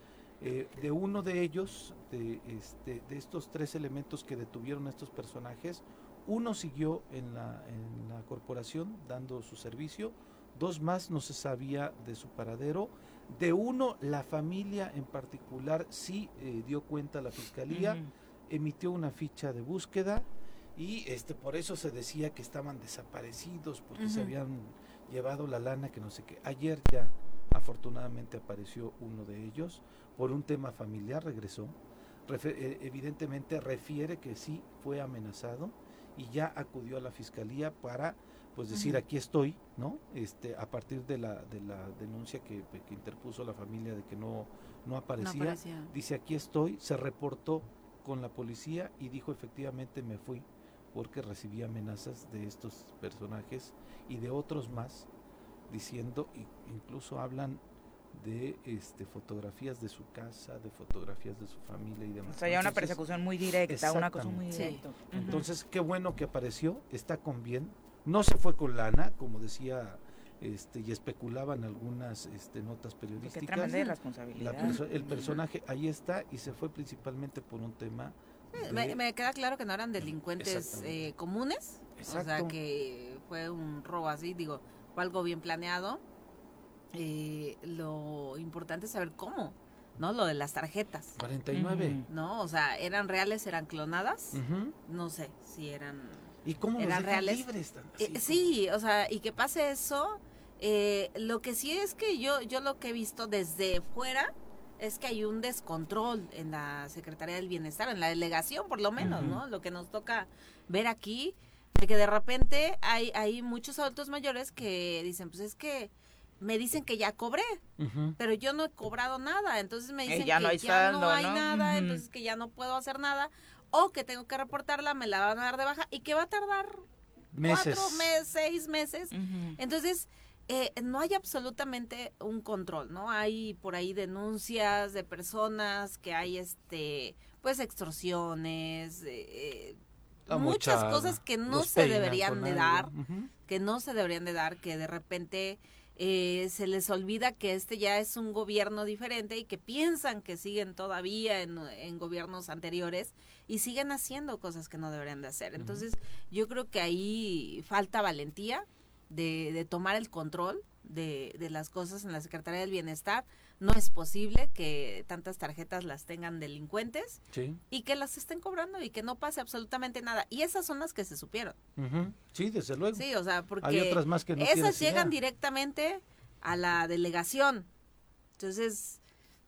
Eh, de uno de ellos, de, este, de estos tres elementos que detuvieron a estos personajes, uno siguió en la, en la corporación dando su servicio, dos más no se sabía de su paradero, de uno la familia en particular sí eh, dio cuenta a la Fiscalía, uh-huh. emitió una ficha de búsqueda y este por eso se decía que estaban desaparecidos porque uh-huh. se habían llevado la lana que no sé qué. Ayer ya afortunadamente apareció uno de ellos, por un tema familiar regresó, Refe- eh, evidentemente refiere que sí fue amenazado y ya acudió a la Fiscalía para pues decir uh-huh. aquí estoy, ¿no? Este a partir de la de la denuncia que, que interpuso la familia de que no, no aparecía, no aparecía, dice aquí estoy, se reportó con la policía y dijo efectivamente me fui porque recibí amenazas de estos personajes y de otros más, diciendo, incluso hablan de este fotografías de su casa, de fotografías de su familia y demás. O sea, ya una persecución muy directa, una cosa muy directa. Sí. Entonces, qué bueno que apareció, está con bien, no se fue con lana, como decía este y especulaban algunas este, notas periodísticas. Qué tremenda irresponsabilidad. La perso- el personaje ahí está y se fue principalmente por un tema. De... Me, me queda claro que no eran delincuentes eh, comunes, Exacto. o sea que fue un robo así, digo, fue algo bien planeado. Eh, lo importante es saber cómo, ¿no? Lo de las tarjetas. cuarenta y nueve. Uh-huh. No, o sea, ¿eran reales, eran clonadas? Uh-huh. No sé si eran... ¿Y cómo eran los reales? Libres, eh, sí, o sea, y que pase eso, eh, lo que sí es que yo, yo lo que he visto desde fuera es que hay un descontrol en la Secretaría del Bienestar, en la delegación por lo menos, uh-huh. ¿no? Lo que nos toca ver aquí, de que de repente hay, hay muchos adultos mayores que dicen, pues es que me dicen que ya cobré, uh-huh. pero yo no he cobrado nada, entonces me dicen eh, ya que no hay ya saldo, no hay ¿no? nada, uh-huh. entonces que ya no puedo hacer nada, o que tengo que reportarla, me la van a dar de baja, y que va a tardar meses. cuatro meses, seis meses, uh-huh. entonces eh, no hay absolutamente un control, ¿no? Hay por ahí denuncias de personas que hay, este, pues extorsiones, eh, muchas muchada. cosas que no se deberían de dar, uh-huh. que no se deberían de dar, que de repente... Eh, se les olvida que este ya es un gobierno diferente y que piensan que siguen todavía en, en gobiernos anteriores y siguen haciendo cosas que no deberían de hacer. Entonces, uh-huh. yo creo que ahí falta valentía de, de tomar el control de, de las cosas en la Secretaría del Bienestar. No es posible que tantas tarjetas las tengan delincuentes sí. y que las estén cobrando y que no pase absolutamente nada. Y esas son las que se supieron. Uh-huh. Sí, desde luego. Sí, o sea, porque hay otras más que no esas llegan idea. directamente a la delegación. Entonces,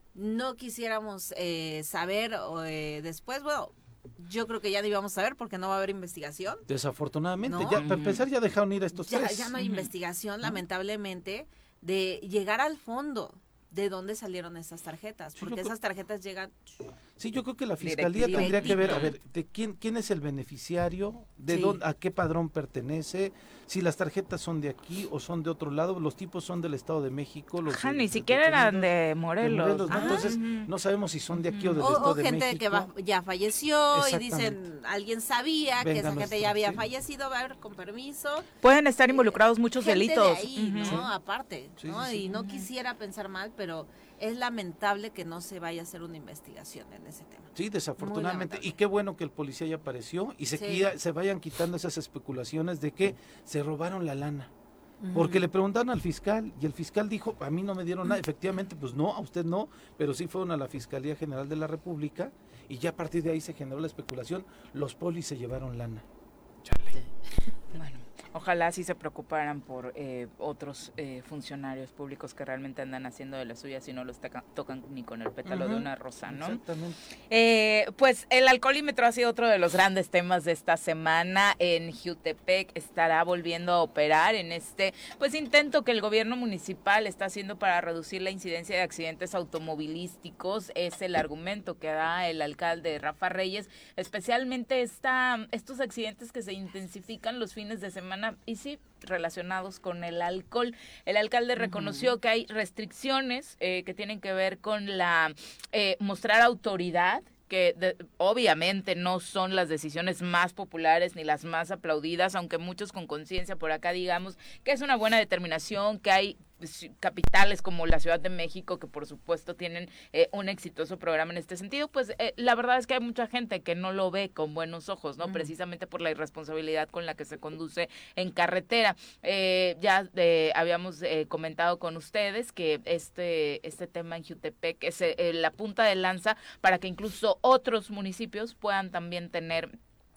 no quisiéramos eh, saber eh, después, bueno, yo creo que ya no íbamos a saber porque no va a haber investigación. Desafortunadamente, ¿no? ya uh-huh. para empezar ya dejaron ir a estos ya, tres. Ya no hay uh-huh. investigación, uh-huh. lamentablemente, de llegar al fondo de dónde salieron esas tarjetas, porque sí, esas tarjetas llegan... Sí, yo creo que la Fiscalía directito. tendría que ver, a ver, de quién quién es el beneficiario, de sí. dónde, a qué padrón pertenece, si las tarjetas son de aquí o son de otro lado, los tipos son del Estado de México. Los Ajá, de, ni siquiera eran de Morelos. De Morelos, ¿no? Entonces, no sabemos si son de aquí o del o, Estado o de México. O gente que va, ya falleció y dicen, alguien sabía Vengan que esa gente ya había sí. fallecido, va a ver, con permiso. Pueden estar involucrados eh, muchos delitos. De ahí, uh-huh. ¿no? Sí. Aparte, sí, ¿no? Sí, sí, y no uh-huh. quisiera pensar mal, pero... es lamentable que no se vaya a hacer una investigación en ese tema. Sí, desafortunadamente. Y qué bueno que el policía ya apareció y se, sí. quia, se vayan quitando esas especulaciones de que se robaron la lana. Uh-huh. Porque le preguntaron al fiscal y el fiscal dijo, a mí no me dieron nada. Efectivamente, pues no, a usted no, pero sí fueron a la Fiscalía General de la República y ya a partir de ahí se generó la especulación. Los polis se llevaron lana. Chale. Sí. Bueno. Ojalá sí se preocuparan por eh, otros eh, funcionarios públicos que realmente andan haciendo de las suyas y no los tocan, tocan ni con el pétalo uh-huh. de una rosa, ¿no? Exactamente. Eh, pues el alcoholímetro ha sido otro de los grandes temas de esta semana. En Jiutepec estará volviendo a operar en este pues intento que el gobierno municipal está haciendo para reducir la incidencia de accidentes automovilísticos. Es el argumento que da el alcalde Rafa Reyes, especialmente esta, estos accidentes que se intensifican los fines de semana y sí, relacionados con el alcohol. El alcalde reconoció uh-huh. que hay restricciones eh, que tienen que ver con la eh, mostrar autoridad, que de, obviamente no son las decisiones más populares ni las más aplaudidas, aunque muchos con conciencia por acá digamos que es una buena determinación, que hay capitales como la Ciudad de México que por supuesto tienen eh, un exitoso programa en este sentido, pues eh, la verdad es que hay mucha gente que no lo ve con buenos ojos, ¿no? Uh-huh. Precisamente por la irresponsabilidad con la que se conduce en carretera. Eh, ya eh, habíamos eh, comentado con ustedes que este este tema en Jiutepec es eh, la punta de lanza para que incluso otros municipios puedan también tener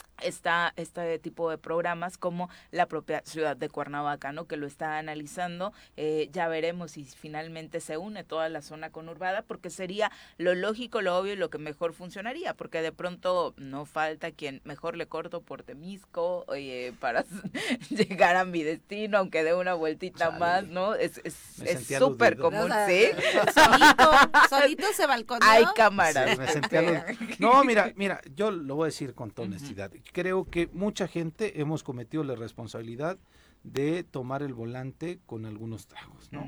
Está este tipo de programas como la propia ciudad de Cuernavaca, ¿no? Que lo está analizando. Eh, ya veremos si finalmente se une toda la zona conurbada, porque sería lo lógico, lo obvio y lo que mejor funcionaría, porque de pronto no falta quien mejor le corto por Temisco eh, para llegar a mi destino, aunque dé una vueltita Chale. más, ¿no? Es es súper común, no, ¿sí? Solito, solito se balconeó. Hay cámaras. Sí, me sentía los... No, mira, mira, yo lo voy a decir con toda honestidad. Uh-huh. Creo que mucha gente hemos cometido la responsabilidad de tomar el volante con algunos tragos, ¿no? Uh-huh.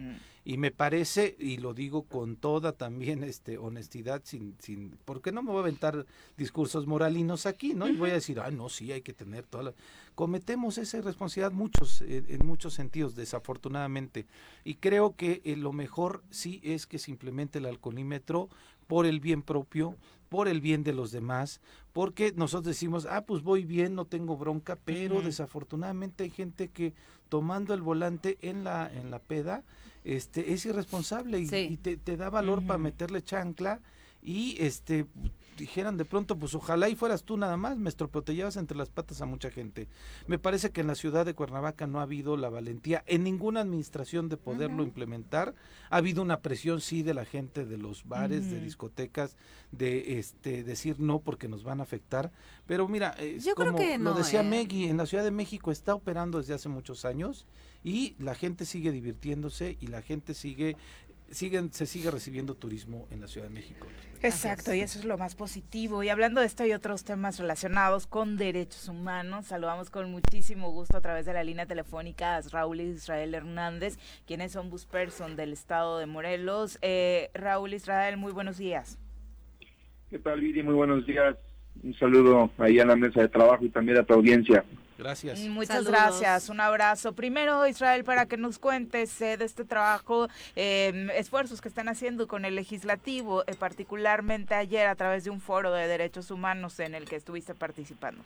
Y me parece, y lo digo con toda también este honestidad, sin, sin, porque no me voy a aventar discursos moralinos aquí, ¿no? Y voy a decir, ah, no, sí, hay que tener toda la... Cometemos esa irresponsabilidad muchos, en, en muchos sentidos, desafortunadamente. Y creo que eh, lo mejor sí es que se implemente el alcoholímetro por el bien propio, por el bien de los demás, porque nosotros decimos, ah, pues voy bien, no tengo bronca, pero uh-huh. desafortunadamente hay gente que tomando el volante en la, en la peda, este es irresponsable y, sí. y te, te da valor uh-huh. para meterle chancla y este dijeran de pronto, pues ojalá y fueras tú nada más, maestro, pero te llevas entre las patas a mucha gente. Me parece que en la ciudad de Cuernavaca no ha habido la valentía en ninguna administración de poderlo uh-huh. implementar. Ha habido una presión sí de la gente de los bares, uh-huh. de discotecas, de este decir no porque nos van a afectar, pero mira, es Yo como creo que lo no, decía eh. Meggy, en la Ciudad de México está operando desde hace muchos años y la gente sigue divirtiéndose y la gente sigue siguen se sigue recibiendo turismo en la Ciudad de México. Exacto, y eso es lo más positivo. Y hablando de esto y otros temas relacionados con derechos humanos, saludamos con muchísimo gusto a través de la línea telefónica a Raúl Israel Hernández, quien es ombudsperson del estado de Morelos. Eh, Raúl Israel, muy buenos días. ¿Qué tal, Viri? Muy buenos días. Un saludo ahí a la mesa de trabajo y también a tu audiencia. Gracias. Muchas Saludos. gracias, un abrazo. Primero, Israel, para que nos cuentes eh, de este trabajo, eh, esfuerzos que están haciendo con el legislativo, eh, particularmente ayer a través de un foro de derechos humanos en el que estuviste participando.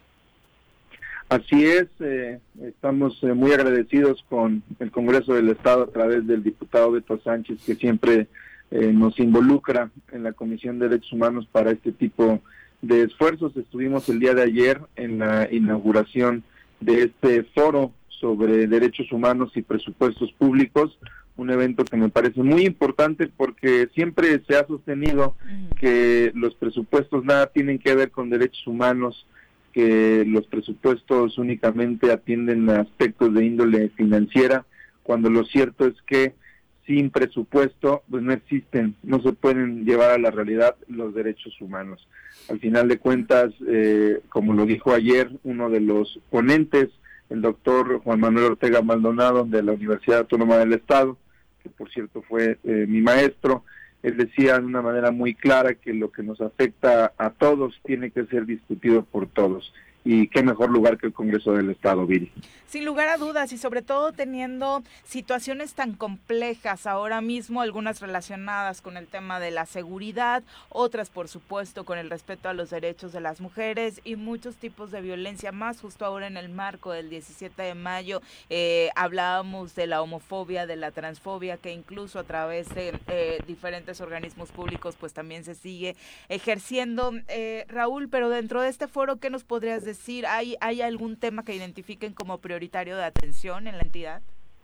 Así es, eh, estamos eh, muy agradecidos con el Congreso del Estado a través del diputado Beto Sánchez, que siempre eh, nos involucra en la Comisión de Derechos Humanos para este tipo de esfuerzos. Estuvimos el día de ayer en la inauguración de este foro sobre derechos humanos y presupuestos públicos, un evento que me parece muy importante porque siempre se ha sostenido uh-huh. que los presupuestos nada tienen que ver con derechos humanos, que los presupuestos únicamente atienden a aspectos de índole financiera, cuando lo cierto es que sin presupuesto pues no existen, no se pueden llevar a la realidad los derechos humanos. Al final de cuentas, eh, como lo dijo ayer uno de los ponentes, el doctor Juan Manuel Ortega Maldonado de la Universidad Autónoma del Estado, que por cierto fue eh, mi maestro, él decía de una manera muy clara que lo que nos afecta a todos tiene que ser discutido por todos. Y qué mejor lugar que el Congreso del Estado, Viri. Sin lugar a dudas, y sobre todo teniendo situaciones tan complejas ahora mismo, algunas relacionadas con el tema de la seguridad, otras por supuesto con el respeto a los derechos de las mujeres y muchos tipos de violencia más. Justo ahora en el marco del diecisiete de mayo eh, hablábamos de la homofobia, de la transfobia, que incluso a través de eh, diferentes organismos públicos pues también se sigue ejerciendo. Eh, Raúl, pero dentro de este foro, ¿qué nos podrías decir? decir, ¿hay, ¿hay algún tema que identifiquen como prioritario de atención en la entidad?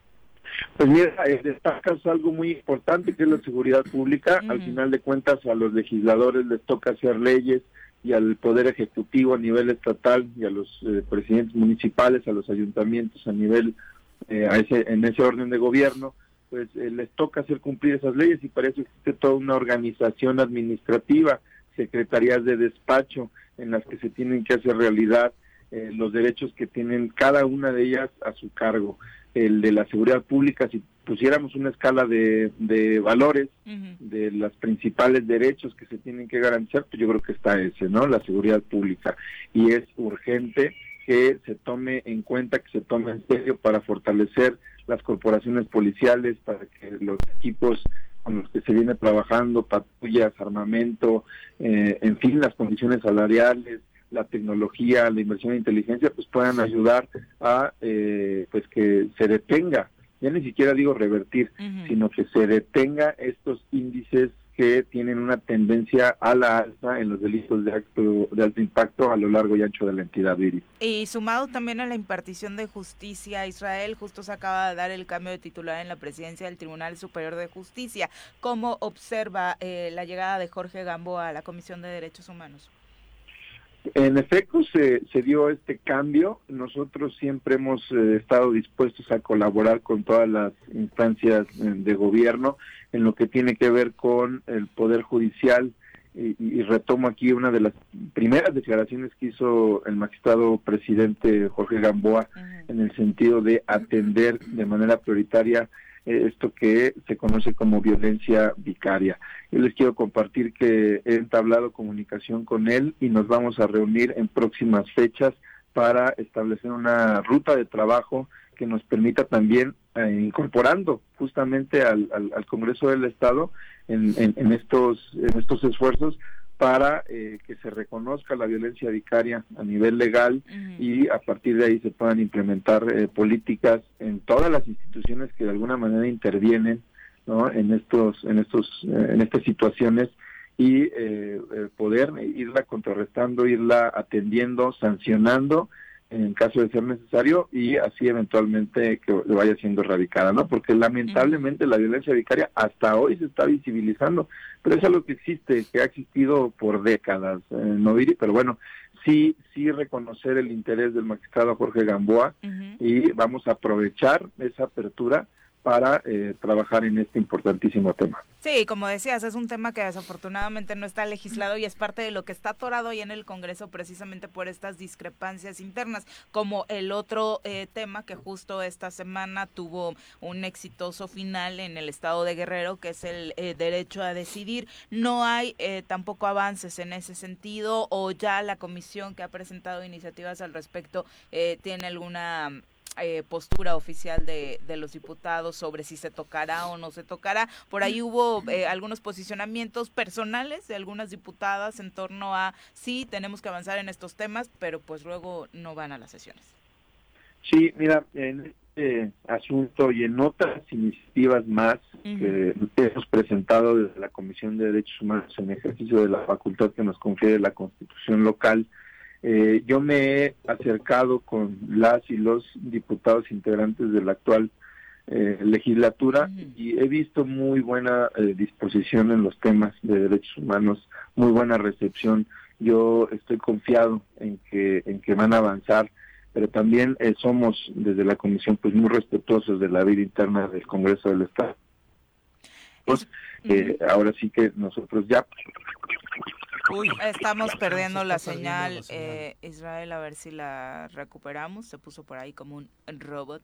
Pues mira, eh, destacas algo muy importante que es la seguridad pública. Uh-huh. Al final de cuentas a los legisladores les toca hacer leyes y al Poder Ejecutivo a nivel estatal y a los eh, presidentes municipales, a los ayuntamientos a nivel, eh, a ese, en ese orden de gobierno, pues eh, les toca hacer cumplir esas leyes y para eso existe toda una organización administrativa, secretarías de despacho, en las que se tienen que hacer realidad eh, los derechos que tienen cada una de ellas a su cargo. El de la seguridad pública, si pusiéramos una escala de, de valores, uh-huh. de los principales derechos que se tienen que garantizar, pues yo creo que está ese, ¿no? La seguridad pública. Y es urgente que se tome en cuenta, que se tome en serio para fortalecer las corporaciones policiales, para que los equipos con los que se viene trabajando, patrullas, armamento, eh, en fin, las condiciones salariales, la tecnología, la inversión en inteligencia, pues puedan ayudar a eh, pues que se detenga, ya ni siquiera digo revertir, uh-huh. sino que se detenga estos índices que tienen una tendencia a la alza en los delitos de alto, de alto impacto a lo largo y ancho de la entidad, Viri. Y sumado también a la impartición de justicia, Israel, justo se acaba de dar el cambio de titular en la presidencia del Tribunal Superior de Justicia. ¿Cómo observa eh, la llegada de Jorge Gamboa a la Comisión de Derechos Humanos? En efecto, se, se dio este cambio. Nosotros siempre hemos eh, estado dispuestos a colaborar con todas las instancias eh, de gobierno en lo que tiene que ver con el Poder Judicial y, y retomo aquí una de las primeras declaraciones que hizo el magistrado presidente Jorge Gamboa uh-huh. en el sentido de atender de manera prioritaria eh, esto que se conoce como violencia vicaria. Yo les quiero compartir que he entablado comunicación con él y nos vamos a reunir en próximas fechas para establecer una ruta de trabajo que nos permita también, eh, incorporando justamente al, al, al Congreso del Estado en, en, en estos en estos esfuerzos para eh, que se reconozca la violencia vicaria a nivel legal uh-huh. y a partir de ahí se puedan implementar eh, políticas en todas las instituciones que de alguna manera intervienen, ¿no?, en estos en estos eh, en estas situaciones y eh, eh, poder irla contrarrestando, irla atendiendo, sancionando en caso de ser necesario y así eventualmente que vaya siendo erradicada, ¿no? Porque lamentablemente la violencia vicaria hasta hoy se está visibilizando, pero es algo que existe, que ha existido por décadas, eh, no Viri, pero bueno, sí sí reconocer el interés del magistrado Jorge Gamboa uh-huh. y vamos a aprovechar esa apertura para eh, trabajar en este importantísimo tema. Sí, como decías, es un tema que desafortunadamente no está legislado y es parte de lo que está atorado ahí en el Congreso precisamente por estas discrepancias internas, como el otro eh, tema que justo esta semana tuvo un exitoso final en el estado de Guerrero, que es el eh, derecho a decidir. No hay eh, tampoco avances en ese sentido, o ya la comisión que ha presentado iniciativas al respecto eh, tiene alguna Eh, postura oficial de, de los diputados sobre si se tocará o no se tocará. Por ahí hubo eh, algunos posicionamientos personales de algunas diputadas en torno a sí, tenemos que avanzar en estos temas, pero pues luego no van a las sesiones. Sí, mira, en este asunto y en otras iniciativas más uh-huh. que hemos presentado desde la Comisión de Derechos Humanos en ejercicio de la facultad que nos confiere la Constitución local, Eh, yo me he acercado con las y los diputados integrantes de la actual eh, legislatura uh-huh. y he visto muy buena eh, disposición en los temas de derechos humanos, muy buena recepción. Yo estoy confiado en que en que van a avanzar, pero también eh, somos desde la comisión pues muy respetuosos de la vida interna del Congreso del Estado. Pues, eh, uh-huh. ahora sí que nosotros ya Uy, estamos perdiendo la señal, eh, Israel, a ver si la recuperamos. Se puso por ahí como un robot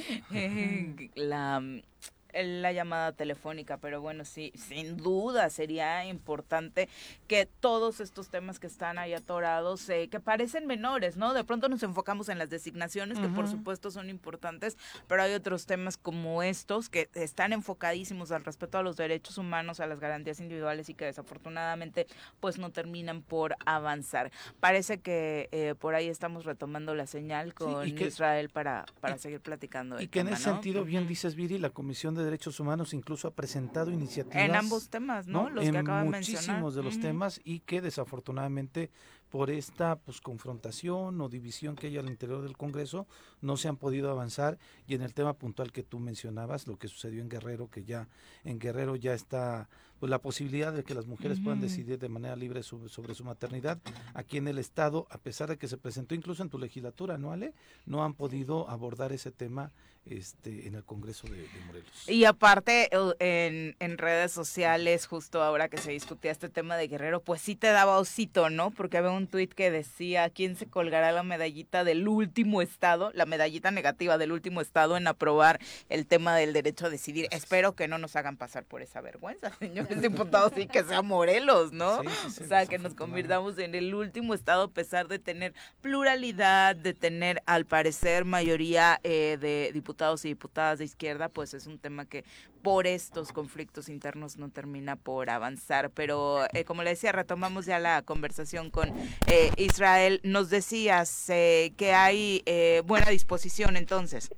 la, la llamada telefónica, pero bueno, sí, sin duda sería importante que todos estos temas que están ahí atorados, eh, que parecen menores, ¿no? De pronto nos enfocamos en las designaciones, que uh-huh. por supuesto son importantes, pero hay otros temas como estos que están enfocadísimos al respeto a los derechos humanos, a las garantías individuales y que desafortunadamente pues no terminan por avanzar. Parece que eh, por ahí estamos retomando la señal con sí, que, Israel para, para y, seguir platicando. Y que tema, en ese ¿no? sentido, bien dices, Viri, la Comisión de Derechos Humanos incluso ha presentado iniciativas en ambos temas, ¿no? ¿no? Los en que acaban de mencionar. Muchísimos de los uh-huh. temas y que desafortunadamente por esta pues confrontación o división que hay al interior del Congreso no se han podido avanzar. Y en el tema puntual que tú mencionabas, lo que sucedió en Guerrero, que ya en Guerrero ya está pues la posibilidad de que las mujeres uh-huh. puedan decidir de manera libre sobre, sobre su maternidad. Aquí en el Estado, a pesar de que se presentó incluso en tu legislatura, ¿no, Ale? No han podido abordar ese tema este en el Congreso de, de Morelos. Y aparte en, en redes sociales, justo ahora que se discutía este tema de Guerrero, pues sí te daba osito, ¿no? Porque había un tuit que decía, ¿quién se colgará la medallita del último estado, la medallita negativa del último estado en aprobar el tema del derecho a decidir? Espero que no nos hagan pasar por esa vergüenza, señores diputados, y que sea Morelos, ¿no? Sí, sí, sí, o sea, que nos convirtamos en el último estado a pesar de tener pluralidad, de tener al parecer mayoría eh, de diputados y diputadas de izquierda, pues es un tema que por estos conflictos internos no termina por avanzar. Pero eh, como le decía, retomamos ya la conversación con eh, Israel. Nos decías eh, que hay eh, buena disposición entonces.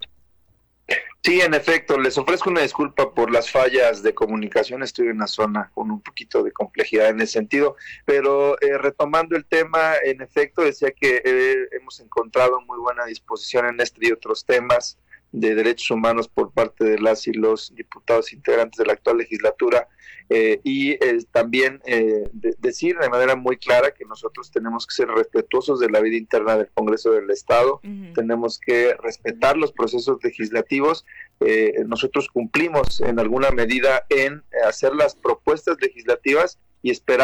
Sí, en efecto, les ofrezco una disculpa por las fallas de comunicación, estoy en una zona con un poquito de complejidad en ese sentido, pero eh, retomando el tema, en efecto, decía que eh, hemos encontrado muy buena disposición en este y otros temas de derechos humanos por parte de las y los diputados integrantes de la actual legislatura, eh, y eh, también eh, de, decir de manera muy clara que nosotros tenemos que ser respetuosos de la vida interna del Congreso del Estado, uh-huh. tenemos que respetar los procesos legislativos, eh, nosotros cumplimos en alguna medida en hacer las propuestas legislativas y esperar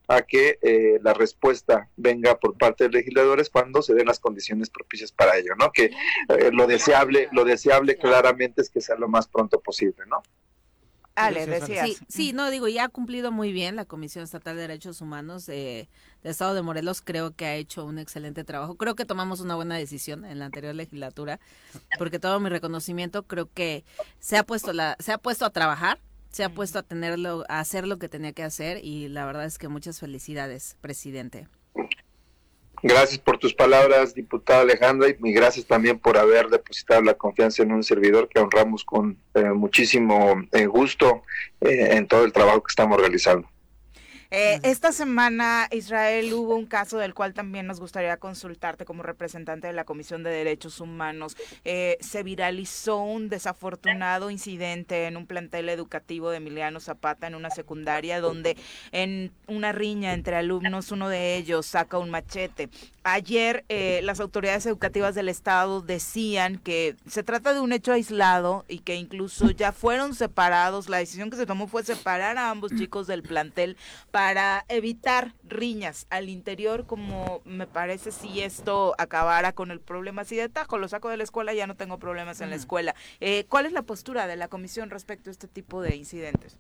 a que eh, la respuesta venga por parte de legisladores cuando se den las condiciones propicias para ello, ¿no? Que eh, lo deseable, lo deseable claramente es que sea lo más pronto posible, ¿no? Ale, decías. Sí, sí, no, digo, ya ha cumplido muy bien la Comisión Estatal de Derechos Humanos eh, del Estado de Morelos, creo que ha hecho un excelente trabajo, creo que tomamos una buena decisión en la anterior legislatura, porque todo mi reconocimiento, creo que se ha puesto la, se ha puesto a trabajar, se ha puesto a tenerlo, a hacer lo que tenía que hacer, y la verdad es que muchas felicidades, presidente. Gracias por tus palabras, diputada Alejandra, y gracias también por haber depositado la confianza en un servidor que honramos con eh, muchísimo eh, gusto eh, en todo el trabajo que estamos realizando. Eh, esta semana, Israel, hubo un caso del cual también nos gustaría consultarte como representante de la Comisión de Derechos Humanos. Eh, se viralizó un desafortunado incidente en un plantel educativo de Emiliano Zapata, en una secundaria, donde en una riña entre alumnos, uno de ellos saca un machete. Ayer eh, las autoridades educativas del estado decían que se trata de un hecho aislado y que incluso ya fueron separados. La decisión que se tomó fue separar a ambos chicos del plantel para evitar riñas al interior, como me parece si esto acabara con el problema así de tajo, lo saco de la escuela, ya no tengo problemas en la escuela. Eh, ¿Cuál es la postura de la comisión respecto a este tipo de incidentes?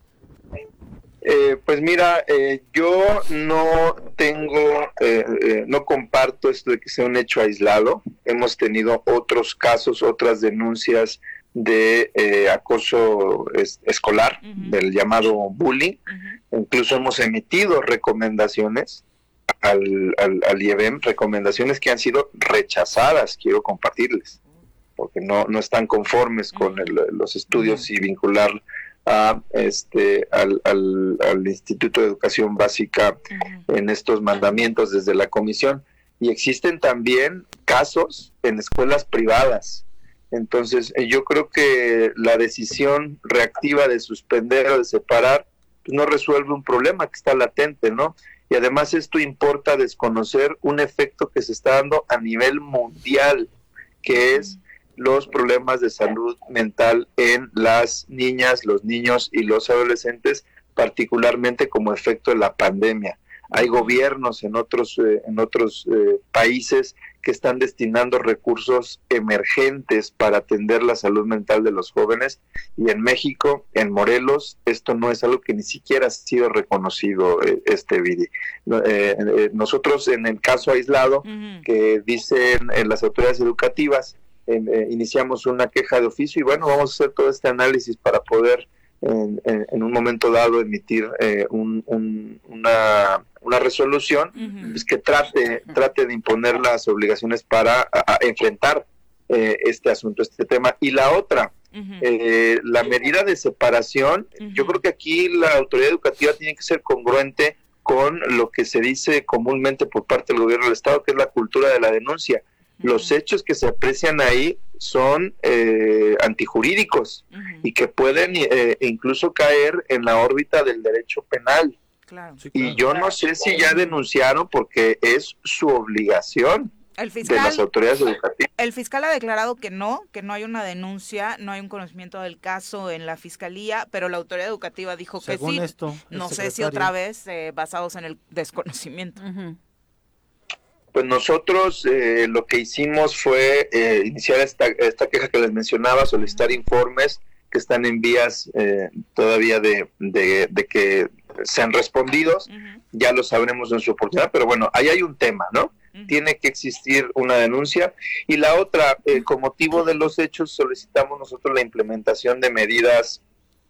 Eh, pues mira, eh, yo no tengo, eh, eh, no comparto esto de que sea un hecho aislado. Hemos tenido otros casos, otras denuncias de eh, acoso es, escolar, uh-huh. del llamado bullying. Uh-huh. Incluso hemos emitido recomendaciones al, al, al I E B E M, recomendaciones que han sido rechazadas, quiero compartirles, porque no, no están conformes uh-huh. con el, los estudios uh-huh. y vincular a este al, al, al Instituto de Educación Básica uh-huh. en estos mandamientos desde la comisión. Y existen también casos en escuelas privadas. Entonces yo creo que la decisión reactiva de suspender o de separar pues no resuelve un problema que está latente, ¿no? Y además esto importa desconocer un efecto que se está dando a nivel mundial, que es los problemas de salud mental en las niñas, los niños y los adolescentes, particularmente como efecto de la pandemia. Hay gobiernos en otros eh, en otros eh, países que están destinando recursos emergentes para atender la salud mental de los jóvenes, y en México, en Morelos, esto no es algo que ni siquiera ha sido reconocido, eh, este Viri. Eh, eh, nosotros en el caso aislado, uh-huh. que dicen en las autoridades educativas, eh, eh, iniciamos una queja de oficio y bueno, vamos a hacer todo este análisis para poder en, en, en un momento dado emitir eh, un, un, una... una resolución uh-huh. pues que trate trate de imponer las obligaciones para a, a enfrentar eh, este asunto, este tema. Y la otra, uh-huh. eh, la medida de separación, uh-huh. yo creo que aquí la autoridad educativa tiene que ser congruente con lo que se dice comúnmente por parte del gobierno del estado, que es la cultura de la denuncia. Uh-huh. Los hechos que se aprecian ahí son eh, antijurídicos uh-huh. y que pueden eh, incluso caer en la órbita del derecho penal. Claro. Sí, claro. Y yo no sé si ya denunciaron, porque es su obligación el fiscal, de las autoridades educativas. El fiscal ha declarado que no, que no hay una denuncia, no hay un conocimiento del caso en la fiscalía, pero la autoridad educativa dijo Según que sí. Esto, no sé si otra vez eh, basados en el desconocimiento. Uh-huh. Pues nosotros eh, lo que hicimos fue eh, iniciar esta, esta queja que les mencionaba, solicitar uh-huh. informes que están en vías eh, todavía de, de, de que sean respondidos, uh-huh. ya lo sabremos en su oportunidad, pero bueno, ahí hay un tema, ¿no? Uh-huh. Tiene que existir una denuncia. Y la otra, eh, con motivo de los hechos, solicitamos nosotros la implementación de medidas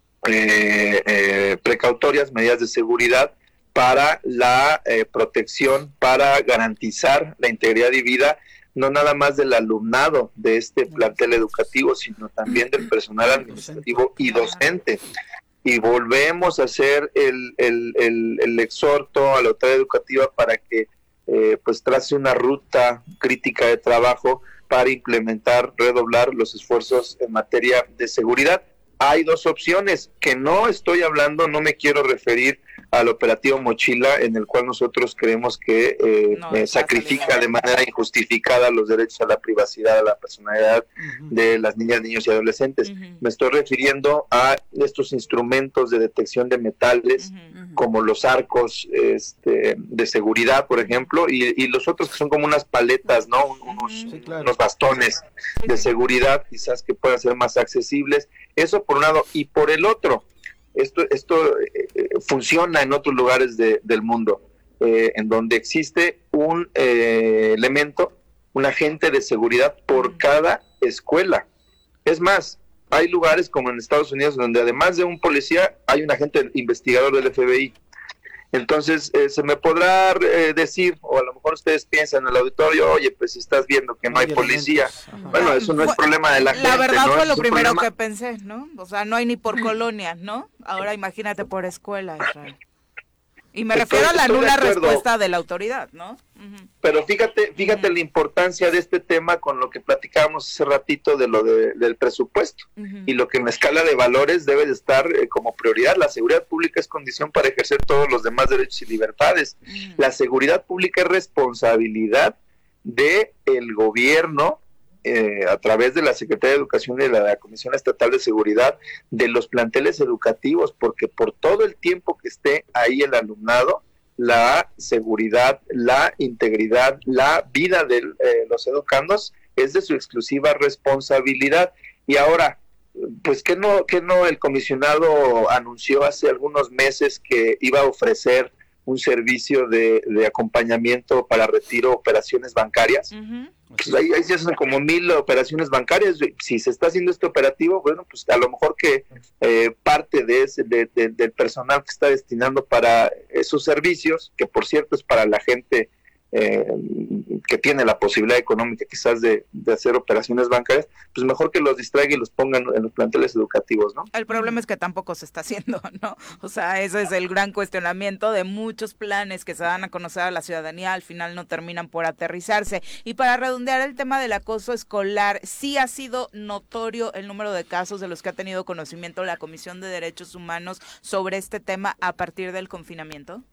eh, eh, precautorias, medidas de seguridad para la eh, protección, para garantizar la integridad y vida, no nada más del alumnado de este plantel educativo, sino también del personal administrativo y docente. Y volvemos a hacer el, el, el, el exhorto a la autoridad educativa para que eh, pues trace una ruta crítica de trabajo para implementar, redoblar los esfuerzos en materia de seguridad. Hay dos opciones, que no estoy hablando, no me quiero referir al operativo Mochila, en el cual nosotros creemos que eh, no, eh, sacrifica de manera injustificada los derechos a la privacidad, a la personalidad uh-huh. de las niñas, niños y adolescentes. Uh-huh. Me estoy refiriendo a estos instrumentos de detección de metales, uh-huh. como los arcos este, de seguridad, por ejemplo, y, y los otros que son como unas paletas, ¿no? Unos, sí, claro. unos bastones de seguridad, quizás que puedan ser más accesibles. Eso por un lado. Y por el otro, Esto, esto eh, funciona en otros lugares de, del mundo, eh, en donde existe un eh, elemento, un agente de seguridad por cada escuela. Es más, hay lugares como en Estados Unidos donde además de un policía hay un agente investigador del F B I. Entonces, eh, se me podrá eh, decir, o a lo mejor ustedes piensan en el auditorio, oye, pues estás viendo que no hay policía. Bueno, eso no es problema de la gente. La verdad ¿no? fue es lo primero problema... que pensé, ¿no? O sea, no hay ni por colonia, ¿no? Ahora imagínate por escuela, Israel. Y me estoy, refiero a la nula respuesta de la autoridad, ¿no? Uh-huh. Pero fíjate, fíjate uh-huh. la importancia de este tema con lo que platicábamos hace ratito de lo de, del presupuesto uh-huh. y lo que en la escala de valores debe de estar eh, como prioridad. La seguridad pública es condición para ejercer todos los demás derechos y libertades. Uh-huh. La seguridad pública es responsabilidad de el gobierno, Eh, a través de la Secretaría de Educación y de la Comisión Estatal de Seguridad, de los planteles educativos, porque por todo el tiempo que esté ahí el alumnado, la seguridad, la integridad, la vida de eh, los educandos es de su exclusiva responsabilidad. Y ahora, pues que no, que no el comisionado anunció hace algunos meses que iba a ofrecer un servicio de, de acompañamiento para retiro operaciones bancarias. Uh-huh. Pues ahí, ahí se hacen como mil operaciones bancarias. Si se está haciendo este operativo, bueno, pues a lo mejor que eh, parte de ese de, de, del personal que está destinando para esos servicios, que por cierto es para la gente eh, que tiene la posibilidad económica quizás de, de hacer operaciones bancarias, pues mejor que los distraiga y los pongan en los planteles educativos, ¿no? El problema es que tampoco se está haciendo, ¿no? O sea, ese es el gran cuestionamiento de muchos planes que se dan a conocer a la ciudadanía, al final no terminan por aterrizarse. Y para redondear el tema del acoso escolar, ¿sí ha sido notorio el número de casos de los que ha tenido conocimiento la Comisión de Derechos Humanos sobre este tema a partir del confinamiento?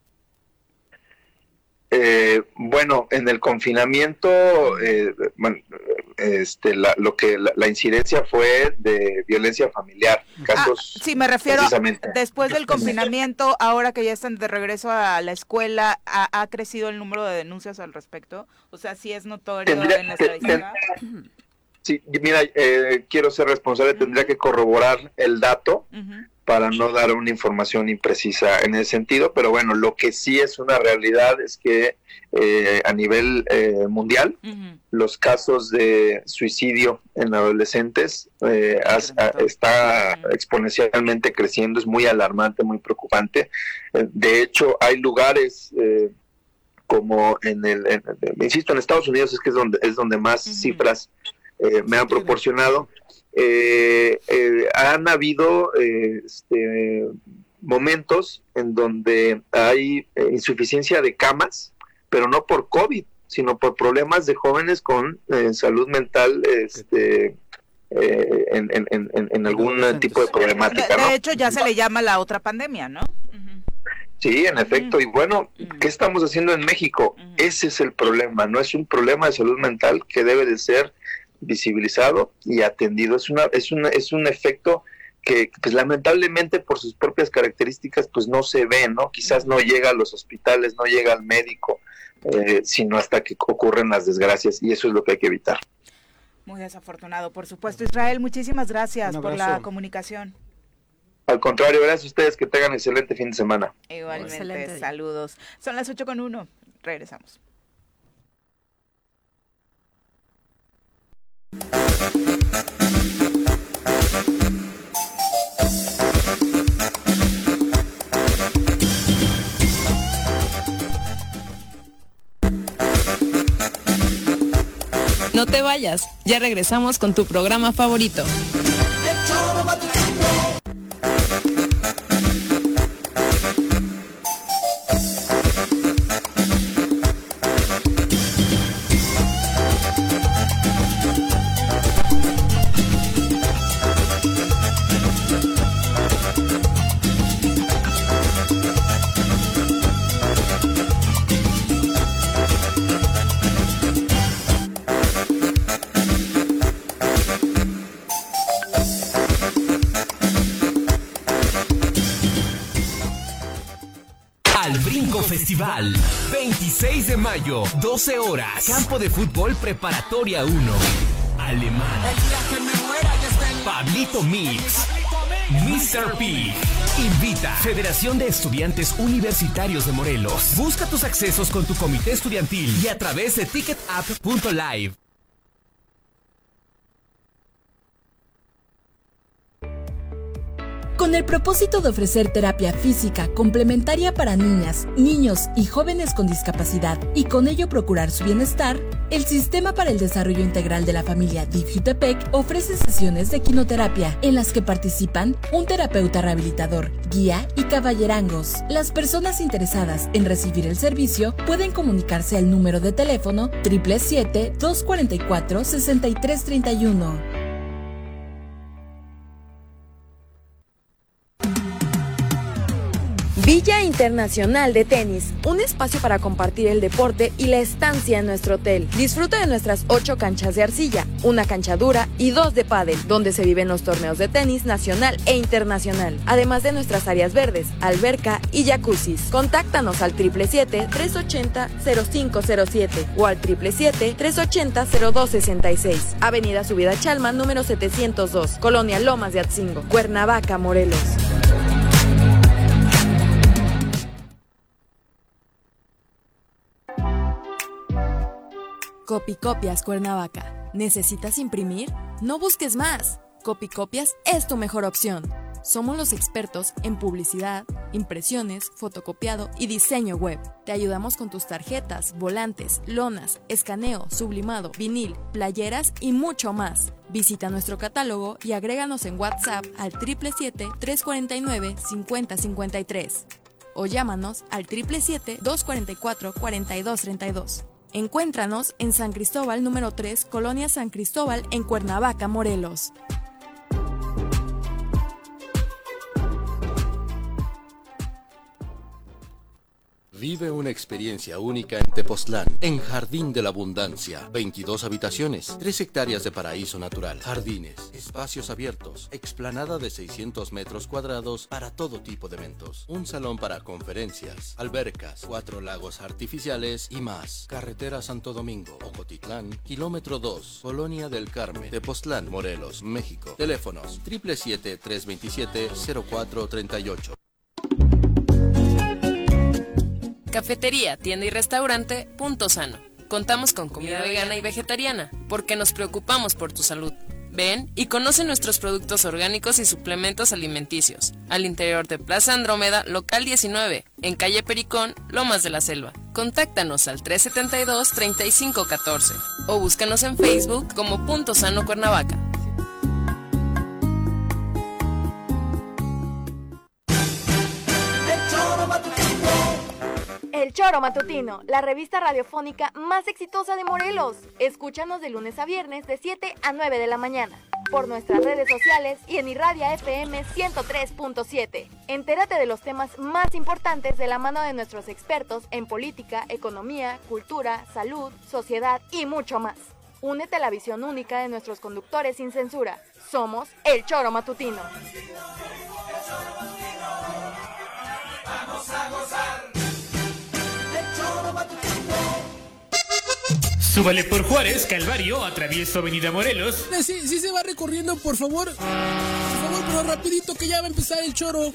Eh, bueno, en el confinamiento, eh, bueno, este, la, lo que la, la incidencia fue de violencia familiar, casos. Ah, sí, me refiero después del confinamiento, ahora que ya están de regreso a la escuela, ¿ha, ha crecido el número de denuncias al respecto? O sea, ¿sí es notorio tendría, en la estadística? Ten, sí, mira, eh, quiero ser responsable, uh-huh. tendría que corroborar el dato. Uh-huh. para no dar una información imprecisa en ese sentido, pero bueno, lo que sí es una realidad es que eh, a nivel eh, mundial, uh-huh. los casos de suicidio en adolescentes eh, has, a, está uh-huh. exponencialmente creciendo, es muy alarmante, muy preocupante. Eh, de hecho, hay lugares eh, como en el, en, en, insisto, en Estados Unidos es que es donde, es donde más uh-huh. cifras eh, me han proporcionado. Eh, eh, han habido eh, este, momentos en donde hay eh, insuficiencia de camas, pero no por COVID, sino por problemas de jóvenes con eh, salud mental este, eh, en, en, en, en algún tipo de problemática, de, ¿no? de hecho, ya se le llama la otra pandemia, ¿no? Uh-huh. Sí, en efecto, uh-huh. y bueno, ¿qué estamos haciendo en México? Uh-huh. Ese es el problema, no es un problema de salud mental que debe de ser visibilizado y atendido. Es una es una es un efecto que pues lamentablemente por sus propias características pues no se ve, ¿no? Quizás no llega a los hospitales, no llega al médico, eh, sino hasta que ocurren las desgracias, y eso es lo que hay que evitar. Muy desafortunado, por supuesto. Israel, muchísimas gracias por la comunicación. Al contrario, gracias a ustedes, que tengan excelente fin de semana. Igualmente, excelente. Saludos. Son las ocho con uno, regresamos. No te vayas, ya regresamos con tu programa favorito. Al Brinco Festival, veintiséis de mayo, doce horas. Campo de fútbol preparatoria uno. Alemán. Pablito Mix. mister P. Invita Federación de Estudiantes Universitarios de Morelos. Busca tus accesos con tu comité estudiantil y a través de ticket app punto live. Con el propósito de ofrecer terapia física complementaria para niñas, niños y jóvenes con discapacidad y con ello procurar su bienestar, el Sistema para el Desarrollo Integral de la Familia D I F Jutepec ofrece sesiones de quinoterapia en las que participan un terapeuta rehabilitador, guía y caballerangos. Las personas interesadas en recibir el servicio pueden comunicarse al número de teléfono siete siete siete, dos cuatro cuatro, seis tres tres uno. Villa Internacional de Tenis, un espacio para compartir el deporte y la estancia en nuestro hotel. Disfruta de nuestras ocho canchas de arcilla, una cancha dura y dos de pádel, donde se viven los torneos de tenis nacional e internacional, además de nuestras áreas verdes, alberca y jacuzzis. Contáctanos al siete siete siete, tres ocho cero, cero cinco cero siete o al siete siete siete, tres ocho cero, cero dos seis seis. Avenida Subida Chalma, número setecientos dos, Colonia Lomas de Atzingo, Cuernavaca, Morelos. Copicopias Cuernavaca. ¿Necesitas imprimir? No busques más. Copicopias es tu mejor opción. Somos los expertos en publicidad, impresiones, fotocopiado y diseño web. Te ayudamos con tus tarjetas, volantes, lonas, escaneo, sublimado, vinil, playeras y mucho más. Visita nuestro catálogo y agréganos en WhatsApp al siete siete siete, tres cuatro nueve, cinco cero cinco tres o llámanos al siete siete siete, dos cuatro cuatro, cuatro dos tres dos. Encuéntranos en San Cristóbal número tres, Colonia San Cristóbal, en Cuernavaca, Morelos. Vive una experiencia única en Tepoztlán, en Jardín de la Abundancia. veintidós habitaciones, tres hectáreas de paraíso natural, jardines, espacios abiertos, explanada de seiscientos metros cuadrados para todo tipo de eventos, un salón para conferencias, albercas, cuatro lagos artificiales y más. Carretera Santo Domingo, Ocotitlán, kilómetro dos, Colonia del Carmen, Tepoztlán, Morelos, México. Teléfonos siete siete siete, tres dos siete, cero cuatro tres ocho. Cafetería, tienda y restaurante Punto Sano. Contamos con comida vegana y vegetariana, porque nos preocupamos por tu salud. Ven y conoce nuestros productos orgánicos y suplementos alimenticios. Al interior de Plaza Andrómeda, local diecinueve, en calle Pericón, Lomas de la Selva. Contáctanos al tres siete dos, tres cinco uno cuatro o búscanos en Facebook como Punto Sano Cuernavaca. El Choro Matutino, la revista radiofónica más exitosa de Morelos. Escúchanos de lunes a viernes de siete a nueve de la mañana. Por nuestras redes sociales y en Irradia F M ciento tres punto siete. Entérate de los temas más importantes de la mano de nuestros expertos en política, economía, cultura, salud, sociedad y mucho más. Únete a la visión única de nuestros conductores sin censura. Somos El Choro Matutino. Vamos a gozar. Súbale por Juárez, Calvario, atravieso Avenida Morelos. Sí, sí se va recorriendo, por favor. Por favor, pero rapidito que ya va a empezar el choro.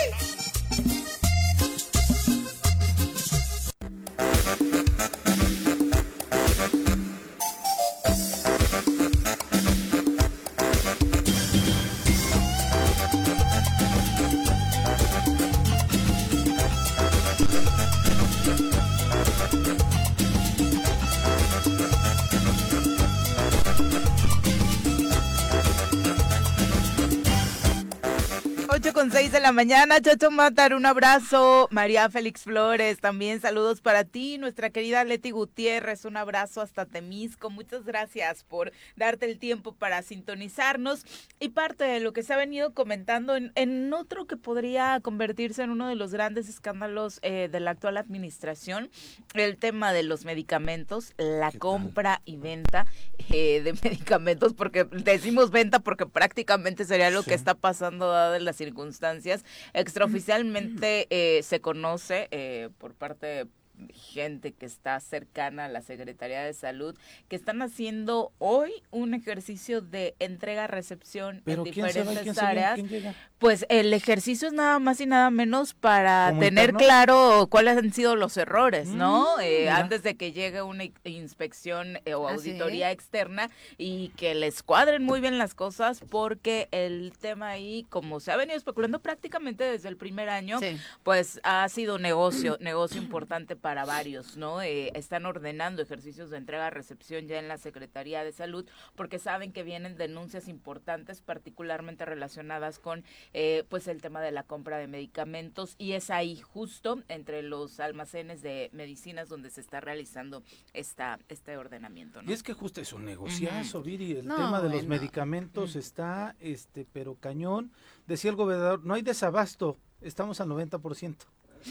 Con seis de la mañana, Chacho Matar, un abrazo. María Félix Flores, también saludos para ti. Nuestra querida Leti Gutiérrez, un abrazo hasta Temisco. Muchas gracias por darte el tiempo para sintonizarnos. Y parte de lo que se ha venido comentando en, en otro que podría convertirse en uno de los grandes escándalos eh, de la actual administración, el tema de los medicamentos, la compra y venta eh, de medicamentos, porque decimos venta porque prácticamente sería lo sí. que está pasando dadas las circunstancias circunstancias. Extraoficialmente eh, se conoce eh, por parte de gente que está cercana a la Secretaría de Salud, que están haciendo hoy un ejercicio de entrega-recepción en diferentes áreas. Pues el ejercicio es nada más y nada menos para tener interno? claro cuáles han sido los errores, ¿no? Mm, eh, antes de que llegue una inspección eh, o auditoría ¿Ah, sí? externa y que les cuadren muy bien las cosas, porque el tema ahí, como se ha venido especulando prácticamente desde el primer año, sí. pues ha sido negocio, negocio importante para varios, ¿no? Eh, están ordenando ejercicios de entrega-recepción ya en la Secretaría de Salud, porque saben que vienen denuncias importantes, particularmente relacionadas con Eh, pues el tema de la compra de medicamentos, y es ahí justo entre los almacenes de medicinas donde se está realizando esta este ordenamiento, ¿no? Y es que justo es un negociazo, uh-huh. Viri, el no, tema de bueno. los medicamentos uh-huh. está este pero cañón. Decía el gobernador, no hay desabasto, estamos al noventa por ciento.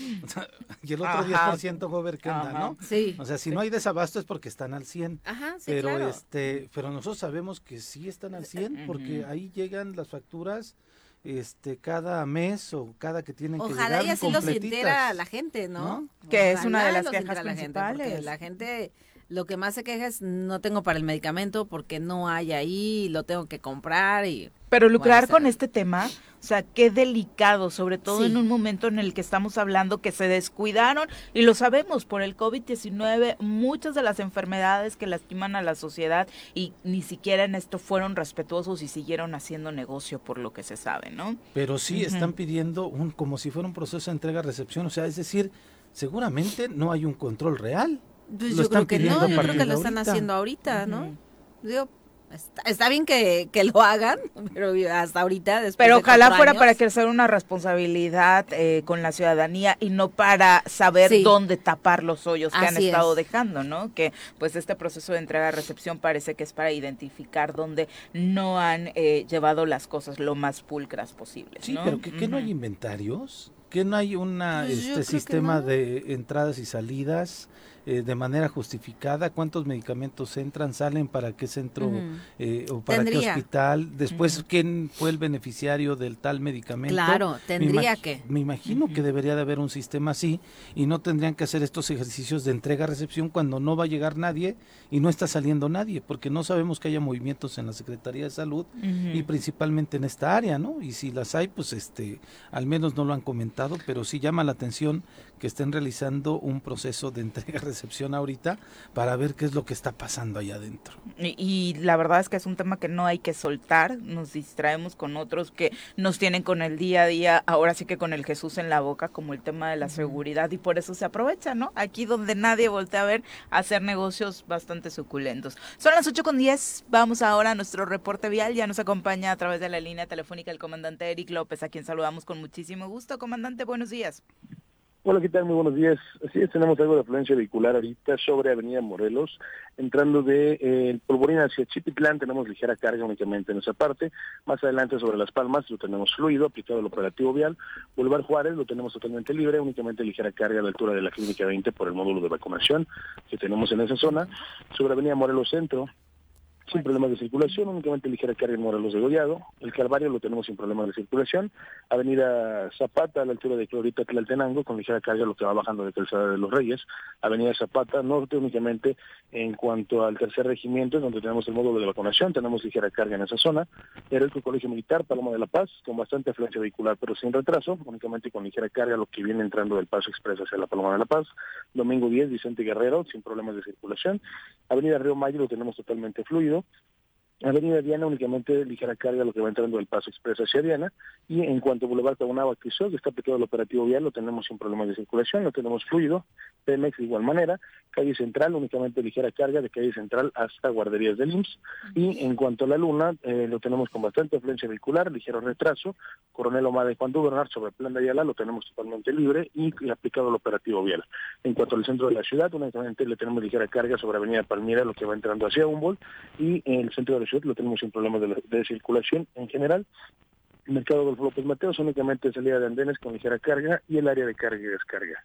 Y el otro Ajá. diez por ciento, Gober, ¿qué onda, no? Sí. O sea, si sí. no hay desabasto es porque están al cien. Ajá, sí, pero claro. este, pero nosotros sabemos que sí están al cien, uh-huh. porque ahí llegan las facturas este cada mes o cada que tienen Ojalá que llegar y así lo sintiera la gente, ¿no? ¿no? Que Ojalá es una de las quejas la principales. Gente, la gente lo que más se queja es no tengo para el medicamento porque no hay ahí, lo tengo que comprar y Pero lucrar bueno, con este tema, o sea, qué delicado, sobre todo sí. en un momento en el que estamos hablando que se descuidaron, y lo sabemos, por el COVID diecinueve, muchas de las enfermedades que lastiman a la sociedad, y ni siquiera en esto fueron respetuosos y siguieron haciendo negocio, por lo que se sabe, ¿no? Pero sí uh-huh. están pidiendo un como si fuera un proceso de entrega-recepción, o sea, es decir, seguramente no hay un control real. Pues yo creo que no, yo creo que lo están ahorita. haciendo ahorita, ¿no? Uh-huh. Digo, Está, está bien que, que lo hagan, pero hasta ahorita después Pero de ojalá fuera años, para crecer una responsabilidad eh, con la ciudadanía y no para saber sí. dónde tapar los hoyos que Así han estado es. dejando, ¿no? Que pues este proceso de entrega-recepción parece que es para identificar dónde no han eh, llevado las cosas lo más pulcras posibles, Sí, ¿no? pero ¿qué, uh-huh. ¿qué no hay inventarios? ¿Que no hay una pues este sistema no. de entradas y salidas eh, de manera justificada? ¿Cuántos medicamentos entran, salen, para qué centro uh-huh. eh, o para tendría. qué hospital? Después, uh-huh. ¿quién fue el beneficiario del tal medicamento? Claro, tendría me imag- que. Me imagino uh-huh. que debería de haber un sistema así, y no tendrían que hacer estos ejercicios de entrega-recepción cuando no va a llegar nadie y no está saliendo nadie, porque no sabemos que haya movimientos en la Secretaría de Salud uh-huh. y principalmente en esta área, ¿no? Y si las hay, pues este, al menos no lo han comentado, pero sí llama la atención que estén realizando un proceso de entrega-recepción ahorita para ver qué es lo que está pasando allá adentro. Y, y la verdad es que es un tema que no hay que soltar, nos distraemos con otros que nos tienen con el día a día, ahora sí que con el Jesús en la boca, como el tema de la seguridad, y por eso se aprovecha, ¿no? Aquí donde nadie voltea a ver, a hacer negocios bastante suculentos. Son las ocho con diez, vamos ahora a nuestro reporte vial, ya nos acompaña a través de la línea telefónica el comandante Eric López, a quien saludamos con muchísimo gusto. Comandante, buenos días. Hola, ¿qué tal? Muy buenos días. Así es, tenemos algo de afluencia vehicular ahorita sobre Avenida Morelos, entrando de eh, Polvorín hacia Chipitlán, tenemos ligera carga únicamente en esa parte. Más adelante sobre Las Palmas lo tenemos fluido, aplicado el operativo vial. Boulevard Juárez lo tenemos totalmente libre, únicamente ligera carga a la altura de la Clínica veinte por el módulo de vacunación que tenemos en esa zona. Sobre Avenida Morelos Centro, sin problemas de circulación, únicamente ligera carga en Morelos de Gollado. El Calvario lo tenemos sin problemas de circulación. Avenida Zapata, a la altura de Clorita Tlaltenango, con ligera carga lo que va bajando de Calzada de los Reyes. Avenida Zapata Norte, únicamente en cuanto al tercer regimiento, donde tenemos el módulo de vacunación, tenemos ligera carga en esa zona. Heroico Colegio Militar, Paloma de la Paz, con bastante afluencia vehicular, pero sin retraso, únicamente con ligera carga lo que viene entrando del Paso Express hacia la Paloma de la Paz. Domingo diez, Vicente Guerrero, sin problemas de circulación. Avenida Río Mayo lo tenemos totalmente fluido. Avenida Diana, únicamente ligera carga lo que va entrando del Paso Express hacia Diana, y en cuanto a Boulevard Caguanaba, Crisol, que está aplicado el operativo vial, lo tenemos sin problemas de circulación, lo tenemos fluido. Pemex de igual manera. Calle Central, únicamente ligera carga de Calle Central hasta Guarderías del I M S S, y en cuanto a la Luna, eh, lo tenemos con bastante afluencia vehicular, ligero retraso. Coronel Omar y Juan Dubernar sobre Plan de Ayala lo tenemos totalmente libre y aplicado el operativo vial. En cuanto al centro de la ciudad, únicamente le tenemos ligera carga sobre Avenida Palmira, lo que va entrando hacia Humboldt, y en el centro de la ciudad lo tenemos sin problemas de, de circulación en general. El mercado Adolfo López Mateos, únicamente salida de andenes con ligera carga, y el área de carga y descarga.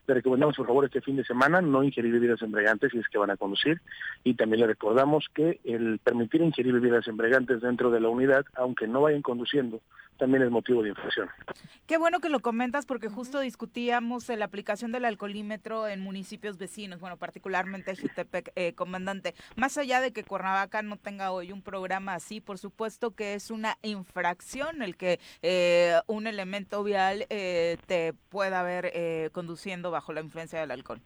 Le recomendamos, por favor, este fin de semana no ingerir bebidas embriagantes si es que van a conducir, y también le recordamos que el permitir ingerir bebidas embriagantes dentro de la unidad, aunque no vayan conduciendo, también es motivo de infracción. Qué bueno que lo comentas, porque justo discutíamos la aplicación del alcoholímetro en municipios vecinos, bueno, particularmente Jutepec, eh, comandante. Más allá de que Cuernavaca no tenga hoy un programa así, por supuesto que es una infracción el que eh, un elemento vial eh, te pueda ver eh, conduciendo bajo la influencia del alcohol.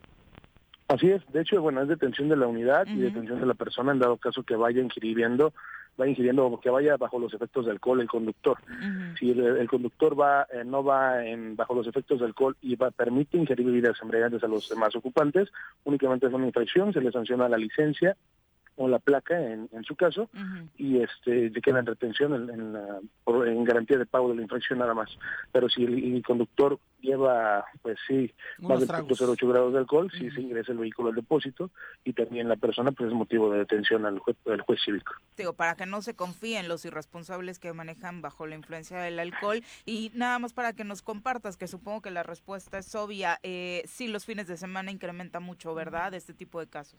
Así es, de hecho, bueno, es detención de la unidad uh-huh. y detención de la persona en dado caso que vaya ingiriendo, va ingiriendo o que vaya bajo los efectos de alcohol el conductor. Uh-huh. Si el, el conductor va eh, no va en, bajo los efectos de alcohol y va permite ingerir bebidas embriagantes a los demás ocupantes, únicamente es una infracción, se le sanciona la licencia o la placa en, en su caso, uh-huh. y este le queda en retención en, en, la, por, en garantía de pago de la infracción nada más. Pero si el, el conductor lleva, pues sí, más de punto cero ocho grados de alcohol, uh-huh. sí se ingresa el vehículo al depósito, y también la persona pues es motivo de detención al juez, al juez cívico. Digo, para que no se confíen los irresponsables que manejan bajo la influencia del alcohol, y nada más para que nos compartas, que supongo que la respuesta es obvia, eh, sí, los fines de semana incrementa mucho, ¿verdad?, este tipo de casos.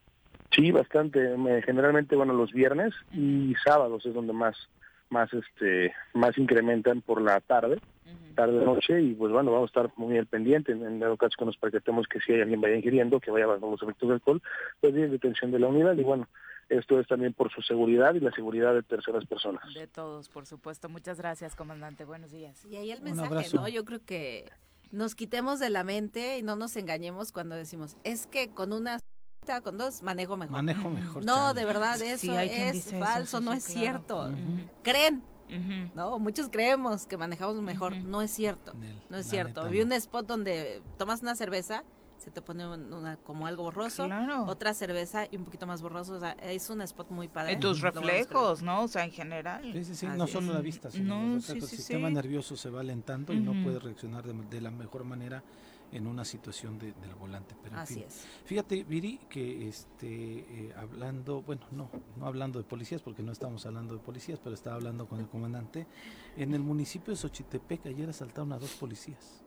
Sí, bastante. Generalmente, bueno, los viernes y sábados es donde más, más, este, más incrementan por la tarde, uh-huh. tarde noche, y pues bueno, vamos a estar muy al pendiente en, en dado caso que nos percatemos que si hay alguien vaya ingiriendo, que vaya bajo los efectos del alcohol, pues viene detención de la unidad, y bueno, esto es también por su seguridad y la seguridad de terceras personas. De todos, por supuesto. Muchas gracias, comandante. Buenos días. Y ahí el mensaje, ¿no? Yo creo que nos quitemos de la mente y no nos engañemos cuando decimos, es que con una con dos manejo mejor. Manejo mejor. No, chale. De verdad, eso sí, es falso, eso, sí, no sí, es claro. cierto. Uh-huh. Creen, uh-huh. no, muchos creemos que manejamos mejor, uh-huh. no es cierto, el, no es cierto. Vi un spot donde tomas una cerveza, se te pone una, como algo borroso, claro. otra cerveza y un poquito más borroso, o sea, es un spot muy padre. En tus reflejos, ¿no? O sea, en general. Sí, sí, sí, Así no solo es. La vista, sino no, sí, sí, el sistema sí. nervioso se va alentando uh-huh. y no puede reaccionar de, de la mejor manera en una situación de, del volante. Pero en Así fin, es. Fíjate, Viri, que este eh, hablando, bueno, no, no hablando de policías, porque no estamos hablando de policías, pero estaba hablando con el comandante, en el municipio de Xochitepec ayer asaltaron a dos policías.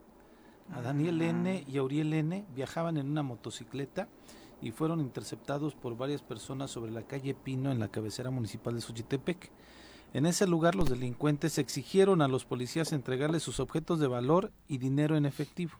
A Daniel N. y a Uriel N. viajaban en una motocicleta y fueron interceptados por varias personas sobre la calle Pino en la cabecera municipal de Xochitepec. En ese lugar los delincuentes exigieron a los policías entregarles sus objetos de valor y dinero en efectivo.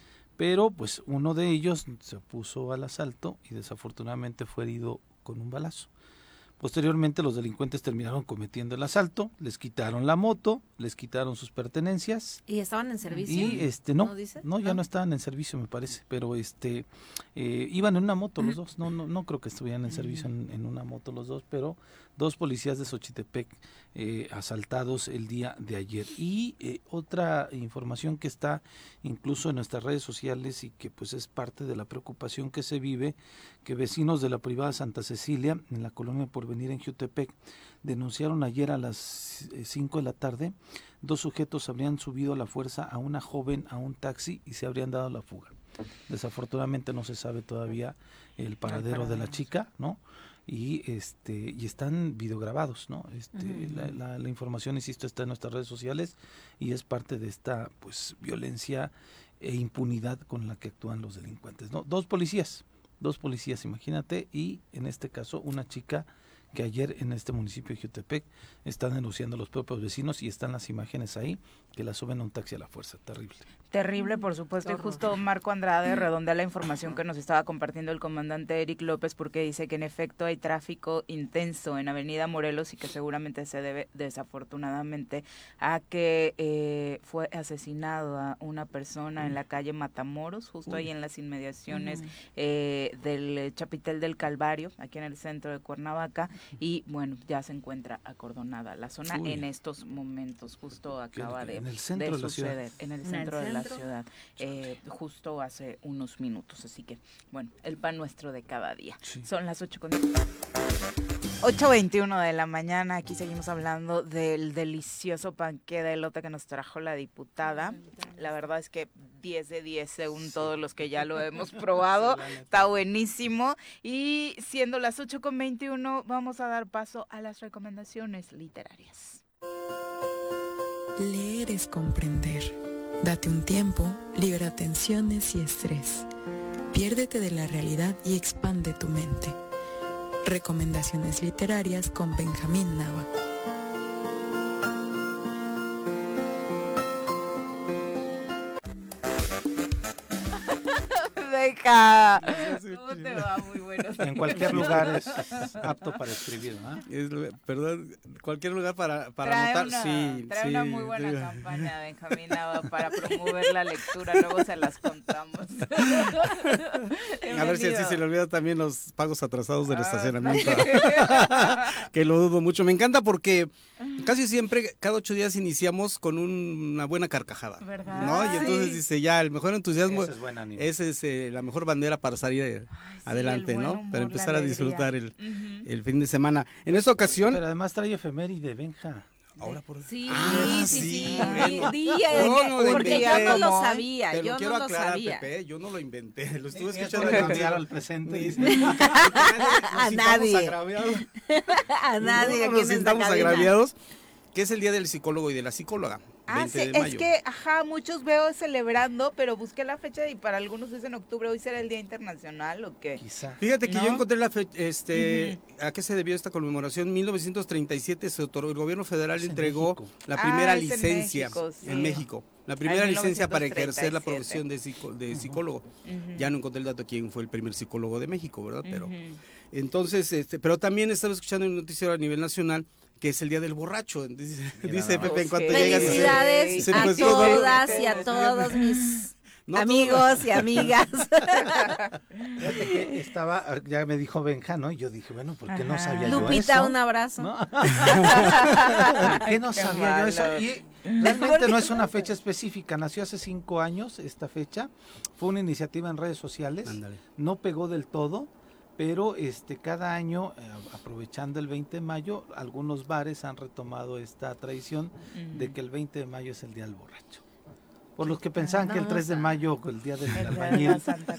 Pero pues uno de ellos se opuso al asalto y desafortunadamente fue herido con un balazo. Posteriormente los delincuentes terminaron cometiendo el asalto, les quitaron la moto, les quitaron sus pertenencias. ¿Y estaban en servicio? Y este no, ¿No, dice? no ya ¿No? no estaban en servicio me parece, pero este eh, iban en una moto los dos, no no no creo que estuvieran en servicio en, en una moto los dos, pero dos policías de Xochitepec eh, asaltados el día de ayer. Y eh, otra información que está incluso en nuestras redes sociales y que pues es parte de la preocupación que se vive, que vecinos de la privada Santa Cecilia, en la colonia Porvenir en Jutepec, denunciaron ayer a las cinco de la tarde, dos sujetos habrían subido a la fuerza a una joven a un taxi y se habrían dado la fuga. Desafortunadamente no se sabe todavía el paradero de la chica, ¿no? Y este y están videograbados, ¿no? Este uh-huh. la, la, la información, insisto, está en nuestras redes sociales y es parte de esta pues violencia e impunidad con la que actúan los delincuentes, ¿no? Dos policías, dos policías, imagínate, y en este caso una chica que ayer en este municipio de Jutepec están denunciando los propios vecinos y están las imágenes ahí que la suben a un taxi a la fuerza. Terrible. Terrible, por supuesto, y justo Marco Andrade redondea la información que nos estaba compartiendo el comandante Eric López, porque dice que en efecto hay tráfico intenso en Avenida Morelos y que seguramente se debe desafortunadamente a que eh, fue asesinado a una persona en la calle Matamoros, justo Uy. ahí en las inmediaciones uh-huh. eh, del Chapitel del Calvario, aquí en el centro de Cuernavaca, y bueno, ya se encuentra acordonada la zona Uy. en estos momentos, justo acaba de, en el centro de de suceder, la en el centro, ¿En el centro? de la ciudad, eh, justo hace unos minutos, así que bueno, el pan nuestro de cada día. Sí. Son las ocho con ocho veintiuno de la mañana, aquí seguimos hablando del delicioso panqué de elote que nos trajo la diputada. La verdad es que diez de diez según sí. todos los que ya lo hemos probado, sí, está buenísimo. Y siendo las ocho con veintiuno, vamos a dar paso a las recomendaciones literarias. Leer es comprender. Date un tiempo, libera tensiones y estrés. Piérdete de la realidad y expande tu mente. Recomendaciones literarias con Benjamín Nava. Benja, ¿cómo te va? Muy bueno. En cualquier lugar es apto para escribir, ¿no? Es, perdón, cualquier lugar para, para trae anotar, una, sí. Trae sí, una muy buena sí. campaña, Benjamín Nava, para promover la lectura, luego se las contamos. A ver si así se le olvida también los pagos atrasados del ah, estacionamiento, que lo dudo mucho. Me encanta porque casi siempre, cada ocho días iniciamos con un, una buena carcajada, ¿verdad? ¿No? Y entonces sí. dice, ya, el mejor entusiasmo, esa es, buena, esa es eh, la mejor bandera para salir eh, Ay, adelante, sí, ¿no? Humor, para empezar a disfrutar el, uh-huh. el fin de semana. En esta ocasión... Pero además trae efeméride, Benja. Ahora por sí, ah, sí, sí, sí. Bueno. Día, no, no porque inventé. Yo no lo sabía, Te yo lo quiero no lo aclarar, sabía. Pepe, yo no lo inventé, lo estuve sí, escuchando cambiar al presente. Y a nadie. A nadie. No, nos sintamos agraviados, que es el Día del Psicólogo y de la Psicóloga. Ah, sí, es que, ajá, muchos veo celebrando, pero busqué la fecha y para algunos es en octubre. ¿Hoy será el Día Internacional o qué? Quizá. Fíjate que ¿no? yo encontré la fecha, este, uh-huh. ¿a qué se debió esta conmemoración? mil novecientos treinta y siete se otorgó, el gobierno federal entregó México. la primera ah, licencia en México, sí. en México. La primera Ay, licencia para ejercer la profesión de, psico, de psicólogo. Uh-huh. Ya no encontré el dato de quién fue el primer psicólogo de México, ¿verdad? Pero uh-huh. entonces, este, pero también estaba escuchando un noticiero a nivel nacional que es el Día del Borracho, dice, dice Pepe en cuanto llegas. Felicidades se, se a puede, todas y a todos mis no amigos todas. y amigas. Fíjate que estaba, ya me dijo Benja, ¿no? Y yo dije, bueno, ¿por qué Ajá. no sabía Lupita, yo eso? un abrazo. ¿No? ¿Por qué no qué sabía malo. yo eso? Y realmente no es una fecha específica, nació hace cinco años esta fecha, fue una iniciativa en redes sociales, Ándale. no pegó del todo, pero este cada año, eh, aprovechando el veinte de mayo, algunos bares han retomado esta tradición uh-huh. de que el veinte de mayo es el Día del Borracho. Por los que pensaban no, que el tres de mayo, el día del albañil,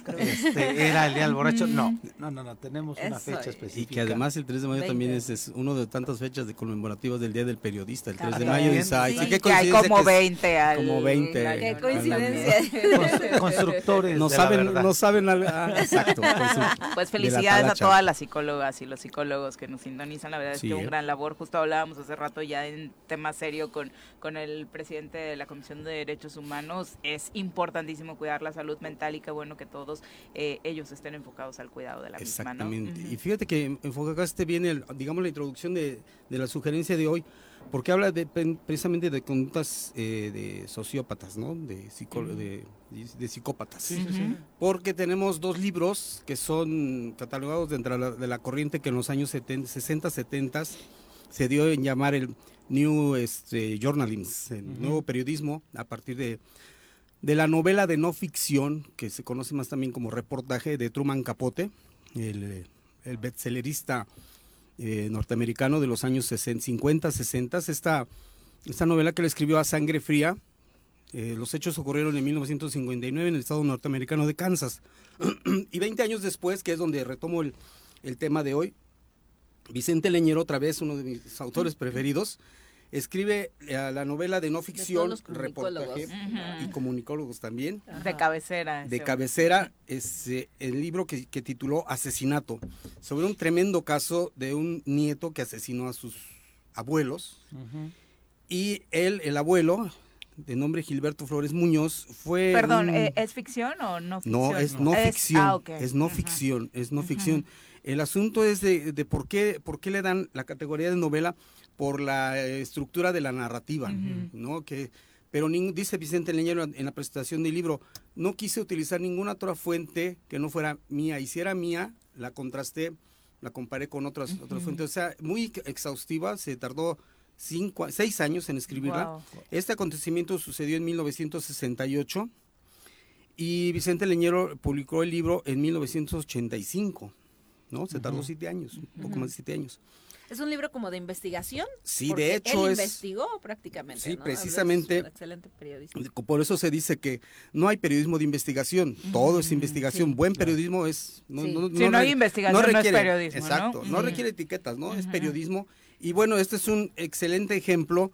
este, era el día del borracho. No, no, no, no, tenemos una Eso fecha específica. Y que además el tres de mayo también es, es uno de tantas fechas de conmemorativas del Día del Periodista. El tres de mayo dice, ay, sí, sí, qué coincidencia. Hay como veinte. Al, como veinte. La, qué coincidencia. Constru, constructores no de saben, la verdad. No saben, ah, exacto. Pues felicidades a todas las psicólogas y los psicólogos que nos sintonizan. La verdad es sí, que es un gran labor. Justo hablábamos hace rato ya en tema serio con, con el presidente de la Comisión de Derechos Humanos. Es importantísimo cuidar la salud mental y qué bueno que todos eh, ellos estén enfocados al cuidado de la misma, ¿no? Exactamente. Uh-huh. Y fíjate que enfocaste bien, el, digamos, la introducción de, de la sugerencia de hoy, porque habla de, precisamente de conductas eh, de sociópatas, ¿no? De, psicó, uh-huh. de, de psicópatas. Sí, sí, sí. Porque tenemos dos libros que son catalogados dentro de la, de la corriente que en los años setenta, sesenta, setenta se dio en llamar el New este, Journalism, el uh-huh. nuevo periodismo, a partir de de la novela de no ficción, que se conoce más también como reportaje, de Truman Capote, el, el bestsellerista eh, norteamericano de los años sesenta, cincuenta, sesenta, esta, esta novela que le escribió a sangre fría. Eh, los hechos ocurrieron en mil novecientos cincuenta y nueve en el estado norteamericano de Kansas. Y veinte años después, que es donde retomo el, el tema de hoy, Vicente Leñero, otra vez uno de mis autores preferidos, escribe eh, la novela de no ficción, de reportaje uh-huh. y comunicólogos también. Ajá. De cabecera. De cabecera, es eh, el libro que, que tituló Asesinato, sobre un tremendo caso de un nieto que asesinó a sus abuelos. Uh-huh. Y él, el abuelo, de nombre Gilberto Flores Muñoz, fue... Perdón, un... ¿es ficción o no ficción? No, es no, es, ficción, ah, okay. es no uh-huh. ficción, es no uh-huh. ficción. El asunto es de, de por qué, por qué le dan la categoría de novela, por la estructura de la narrativa, uh-huh. ¿no? Que, pero ning, dice Vicente Leñero en la presentación del libro, no quise utilizar ninguna otra fuente que no fuera mía, y si era mía, la contrasté, la comparé con otras, uh-huh. otras fuentes, o sea, muy exhaustiva, se tardó cinco, seis años en escribirla. Wow. Este acontecimiento sucedió en mil novecientos sesenta y ocho, y Vicente Leñero publicó el libro en mil novecientos ochenta y cinco, ¿no? Se tardó uh-huh. siete años, un poco uh-huh. más de siete años. ¿Es un libro como de investigación? Sí, de hecho él es... investigó prácticamente, Sí, ¿no? precisamente. Es un excelente periodista. Por eso se dice que no hay periodismo de investigación, mm, todo es investigación. Sí, Buen claro. periodismo es... No, sí. No, no, si no hay investigación, no, requiere, no es periodismo, exacto, ¿no? no requiere etiquetas, ¿no? Uh-huh. Es periodismo. Y bueno, este es un excelente ejemplo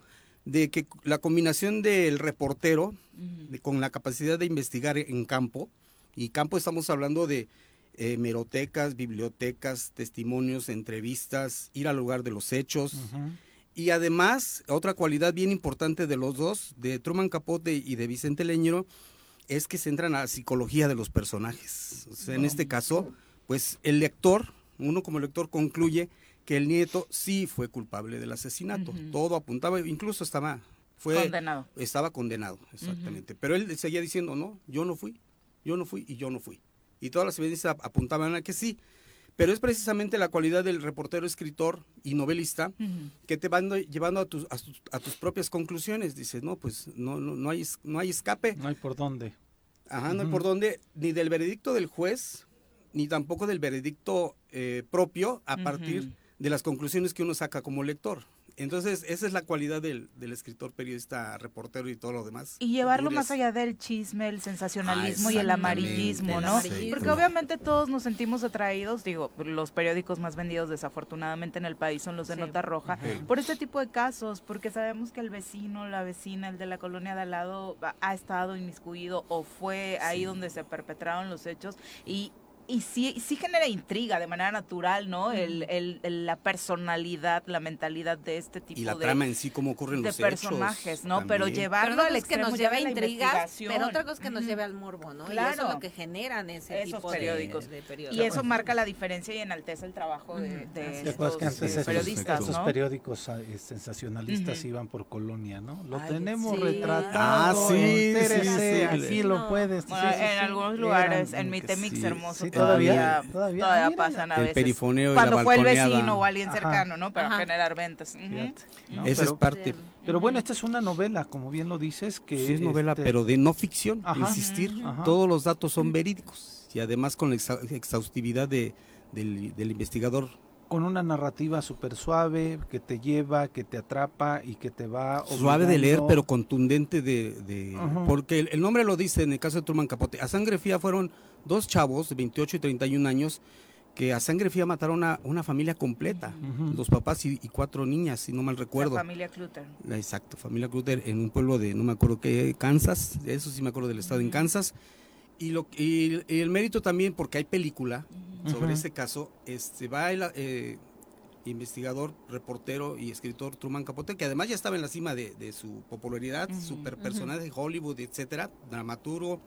de que la combinación del reportero uh-huh. de, con la capacidad de investigar en campo, y campo estamos hablando de eh, hemerotecas, bibliotecas, testimonios, entrevistas, ir al lugar de los hechos, uh-huh. y además, otra cualidad bien importante de los dos, de Truman Capote y de Vicente Leñero, es que se entran a la psicología de los personajes. O sea, en este caso, pues el lector, uno como lector concluye que el nieto sí fue culpable del asesinato. Uh-huh. Todo apuntaba, incluso estaba fue condenado. Estaba condenado, exactamente. Uh-huh. Pero él seguía diciendo, no, yo no fui, yo no fui y yo no fui. Y todas las evidencias apuntaban a que sí. Pero es precisamente la cualidad del reportero, escritor y novelista uh-huh. que te van llevando a tus, a tus a tus propias conclusiones. Dices, no, pues no, no, no, hay, no hay escape. No hay por dónde. Ajá, no uh-huh. hay por dónde, ni del veredicto del juez, ni tampoco del veredicto eh, propio a uh-huh. partir de las conclusiones que uno saca como lector. Entonces, esa es la cualidad del, del escritor, periodista, reportero y todo lo demás. Y llevarlo más allá del chisme, el sensacionalismo ah, y el amarillismo, ¿no? Sí. Porque obviamente todos nos sentimos atraídos, digo, los periódicos más vendidos desafortunadamente en el país son los de sí. Nota Roja, sí. por este tipo de casos, porque sabemos que el vecino, la vecina, el de la colonia de al lado ha estado inmiscuido o fue ahí sí. donde se perpetraron los hechos y Y sí, sí genera intriga de manera natural, ¿no? El, el, el, la personalidad, la mentalidad de este tipo de... Y la de, trama en sí, cómo ocurren los hechos. De personajes, ¿no? También. Pero llevarlo al extremo, que nos lleve a intrigas, pero otra cosa es que nos lleve al morbo, ¿no? Claro. Y eso es lo que generan ese Esos tipo periódicos. De, de periódicos. Y eso marca la diferencia y enaltece el trabajo de, de sí, estos que antes estos periodistas, estos ¿no? periódicos eh, sensacionalistas uh-huh. iban por colonia, ¿no? Lo Ay, tenemos sí. retratado. Ah, sí, sí, sí, sí, aquí no. lo puedes. Bueno, sí, sí, en sí, algunos lugares, eran, en mi Temix sí, hermoso, sí, todavía, todavía, todavía mira, pasan a el veces. perifoneo y cuando la fue el balconeada. vecino o alguien cercano, Ajá. ¿no? Para Ajá. generar ventas. Uh-huh. ¿no? Esa pero, es parte. Pero bueno, esta es una novela, como bien lo dices, que sí, es novela, este... pero de no ficción, Ajá. insistir. Ajá. Todos los datos son verídicos y además con la exa exhaustividad de, del, del investigador. Con una narrativa súper suave, que te lleva, que te atrapa y que te va... Suave obligando. de leer, pero contundente de... de uh-huh. Porque el, el nombre lo dice en el caso de Truman Capote. A sangre fría fueron dos chavos de veintiocho y treinta y un años que a sangre fría mataron a una familia completa. Uh-huh. Dos papás y, y cuatro niñas, si no mal recuerdo. La familia Clutter. La, exacto, familia Clutter en un pueblo de, no me acuerdo qué, Kansas. Eso sí me acuerdo del estado uh-huh. en Kansas. Y, lo, y, y el mérito también, porque hay película uh-huh. sobre este caso, este va el eh, investigador, reportero y escritor Truman Capote, que además ya estaba en la cima de, de su popularidad, uh-huh. super personaje de uh-huh. Hollywood, etcétera, dramaturgo,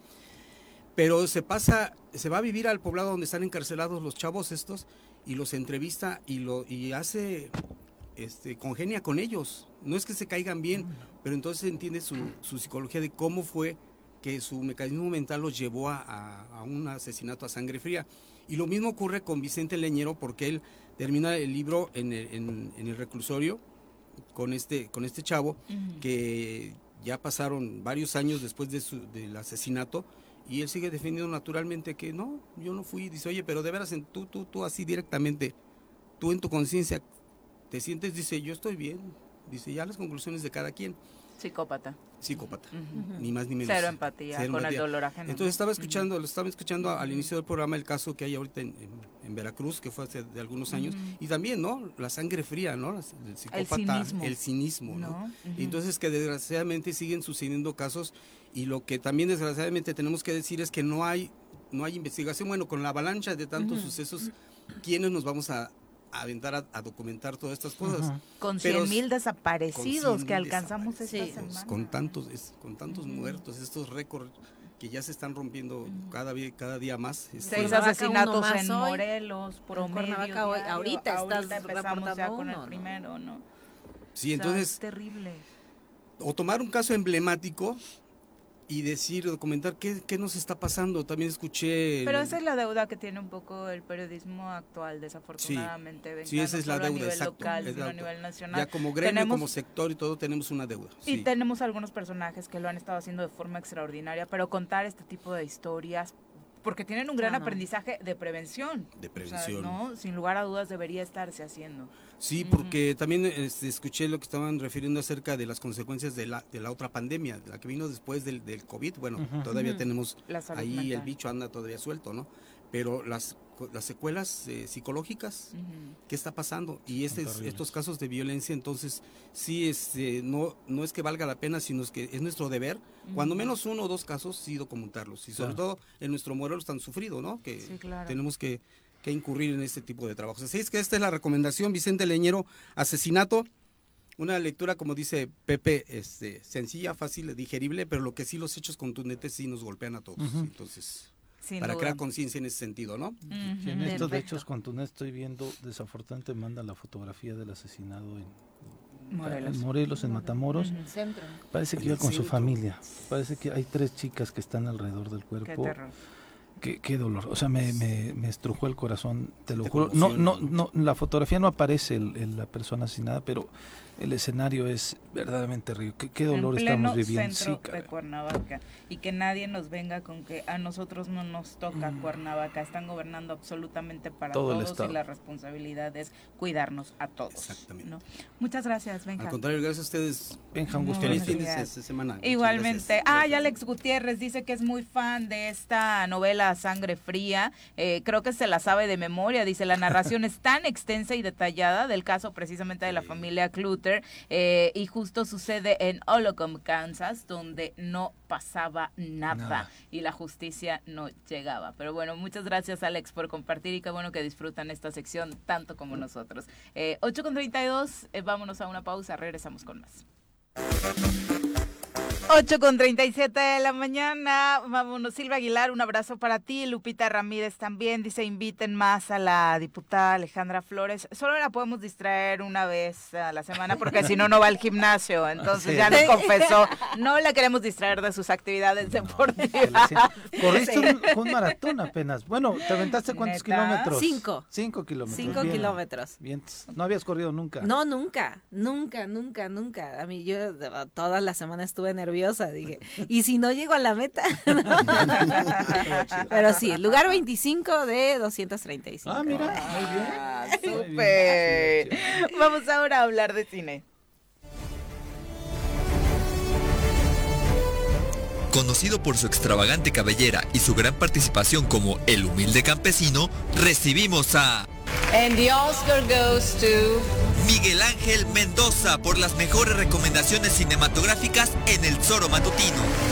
pero se pasa, se va a vivir al poblado donde están encarcelados los chavos estos, y los entrevista y lo y hace, este, congenia con ellos. No es que se caigan bien, uh-huh. pero entonces entiende su, su psicología de cómo fue que su mecanismo mental los llevó a, a, a un asesinato a sangre fría. Y lo mismo ocurre con Vicente Leñero, porque él termina el libro en el, en, en el reclusorio con este, con este chavo, uh-huh. que ya pasaron varios años después de su, del asesinato, y él sigue defendiendo naturalmente que no, yo no fui. Dice, oye, pero de veras, en, tú, tú, tú así directamente, tú en tu conciencia te sientes, dice, yo estoy bien. Dice, ya las conclusiones de cada quien. Psicópata. Psicópata, uh-huh. ni más ni menos. Cero empatía Cero con empatía. el dolor ajeno. Entonces estaba escuchando, uh-huh. lo estaba escuchando al inicio del programa el caso que hay ahorita en, en, en Veracruz, que fue hace de algunos años, uh-huh. y también, ¿no? La sangre fría, ¿no? El psicópata, el cinismo, el cinismo ¿no? ¿no? Uh-huh. Y entonces que desgraciadamente siguen sucediendo casos, y lo que también desgraciadamente tenemos que decir es que no hay, no hay investigación. Bueno, con la avalancha de tantos uh-huh. sucesos, ¿quiénes nos vamos a a aventar a, a documentar todas estas cosas? Uh-huh. Con cien mil desaparecidos que alcanzamos esta sí, semana. Con tantos, es, con tantos uh-huh. muertos, estos récords que ya se están rompiendo uh-huh. cada, cada día más. Seis asesinatos en Morelos, promedio. Hoy, ahorita estás ahorita empezamos ya con el primero, ¿no? Sí, entonces... O sea, es terrible. O tomar un caso emblemático y decir, documentar qué, qué nos está pasando. También escuché... Pero esa es la deuda que tiene un poco el periodismo actual, desafortunadamente. Sí, sí esa es la deuda, a nivel exacto. local, sino a nivel nacional. Ya como gremio, tenemos, como sector y todo, tenemos una deuda. Y sí. tenemos algunos personajes que lo han estado haciendo de forma extraordinaria, pero contar este tipo de historias, porque tienen un gran ah, no. aprendizaje de prevención. De prevención. O sea, ¿no? Sin lugar a dudas debería estarse haciendo. Sí, porque uh-huh. también este, escuché lo que estaban refiriendo acerca de las consecuencias de la, de la otra pandemia, de la que vino después del, del COVID. Bueno, uh-huh. todavía uh-huh. tenemos ahí mental. El bicho anda todavía suelto, ¿no? pero las las secuelas eh, psicológicas, uh-huh. ¿qué está pasando? Y este, estos casos de violencia, entonces, sí, este, no, no es que valga la pena, sino es que es nuestro deber, uh-huh. cuando menos uno o dos casos, sí documentarlos, y sobre claro. todo en nuestro Morelos tan sufrido, ¿no? Que sí, claro. tenemos que, que incurrir en este tipo de trabajos. Así es que esta es la recomendación, Vicente Leñero, Asesinato, una lectura, como dice Pepe, este, sencilla, fácil, digerible, pero lo que sí los hechos contundentes sí nos golpean a todos, uh-huh. entonces... Sin para duda. Crear conciencia en ese sentido, ¿no? Uh-huh. Sí, en estos hechos contundentes estoy viendo, desafortunadamente manda la fotografía del asesinado en Morelos, en, Morelos, en Matamoros. Uh-huh. Centro. Parece que iba con centro. Su familia. Parece que hay tres chicas que están alrededor del cuerpo. Qué terror. Qué, qué dolor, o sea, me, me, me estrujó el corazón, te lo te juro. No, no, no, la fotografía no aparece el, el, la persona asesinada, pero el escenario es verdaderamente terrible. Qué, qué dolor en estamos viviendo. En pleno centro sí, de Cuernavaca, y que nadie nos venga con que a nosotros no nos toca mm. Cuernavaca. Están gobernando absolutamente para Todo todos y la responsabilidad es cuidarnos a todos. Exactamente. ¿No? Muchas gracias, Benja. Al contrario, gracias a ustedes. Benja, un gusto. Feliz fin de semana. Igualmente. Ah, y Alex Gutiérrez dice que es muy fan de esta novela Sangre Fría, eh, creo que se la sabe de memoria, dice, la narración es tan extensa y detallada del caso precisamente de la familia Clutter, eh, y justo sucede en Holcomb, Kansas, donde no pasaba nada, nada y la justicia no llegaba. Pero bueno, muchas gracias, Alex, por compartir, y qué bueno que disfrutan esta sección tanto como nosotros. eh, ocho con treinta y dos, eh, vámonos a una pausa, regresamos con más. ocho con treinta y siete de la mañana, vámonos. Silvia Aguilar, un abrazo para ti. Lupita Ramírez también dice, inviten más a la diputada Alejandra Flores. Solo la podemos distraer una vez a la semana porque si no, no va al gimnasio. Entonces sí. ya nos confesó, no la queremos distraer de sus actividades deportivas. No, corriste sí. un, un maratón apenas. Bueno, ¿te aventaste cuántos ¿Neta? kilómetros? Cinco. Cinco kilómetros. Cinco bien, kilómetros. Bien. ¿No habías corrido nunca? No, nunca, nunca, nunca, nunca. A mí yo toda la semana estuve nerviosa. Dije, y si no llego a la meta. Pero sí, lugar veinticinco de doscientos treinta y cinco. Ah, mira, muy bien. Ah, súper. Vamos ahora a hablar de cine. Conocido por su extravagante cabellera y su gran participación como el humilde campesino, recibimos a... And the Oscar goes to... Miguel Ángel Mendoza por las mejores recomendaciones cinematográficas en El Zoro Matutino.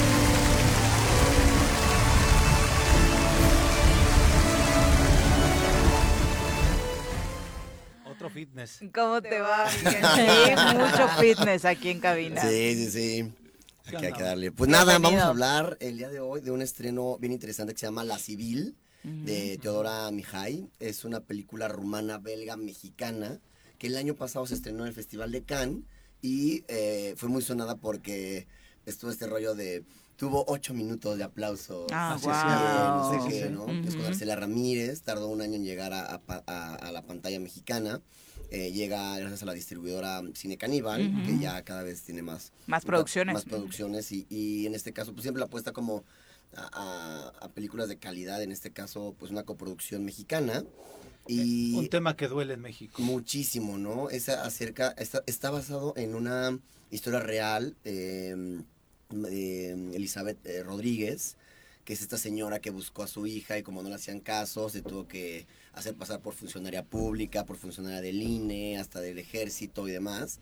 Otro fitness. ¿Cómo te va, Miguel? Sí, mucho fitness aquí en cabina. Sí, sí, sí. Aquí hay que darle. Pues nada, Bienvenido. Vamos a hablar el día de hoy de un estreno bien interesante que se llama La Civil, uh-huh. de Teodora Mihai. Es una película rumana, belga, mexicana, que el año pasado se estrenó en el Festival de Cannes y eh, fue muy sonada porque estuvo este rollo de... Tuvo ocho minutos de aplauso. Ah, sí, wow. No sé qué, ¿no? Uh-huh. Es con Arcela Ramírez, tardó un año en llegar a, a, a, a la pantalla mexicana. Eh, llega gracias a la distribuidora Cine Caníbal, uh-huh. que ya cada vez tiene más... Más producciones. Más, más producciones y, y en este caso pues siempre la apuesta como a, a, a películas de calidad, en este caso pues una coproducción mexicana. Y un tema que duele en México. Muchísimo, ¿no? Es acerca, está, está basado en una historia real eh, de Elizabeth eh, Rodríguez, que es esta señora que buscó a su hija y como no le hacían caso, se tuvo que hacer pasar por funcionaria pública, por funcionaria del I N E, hasta del ejército y demás.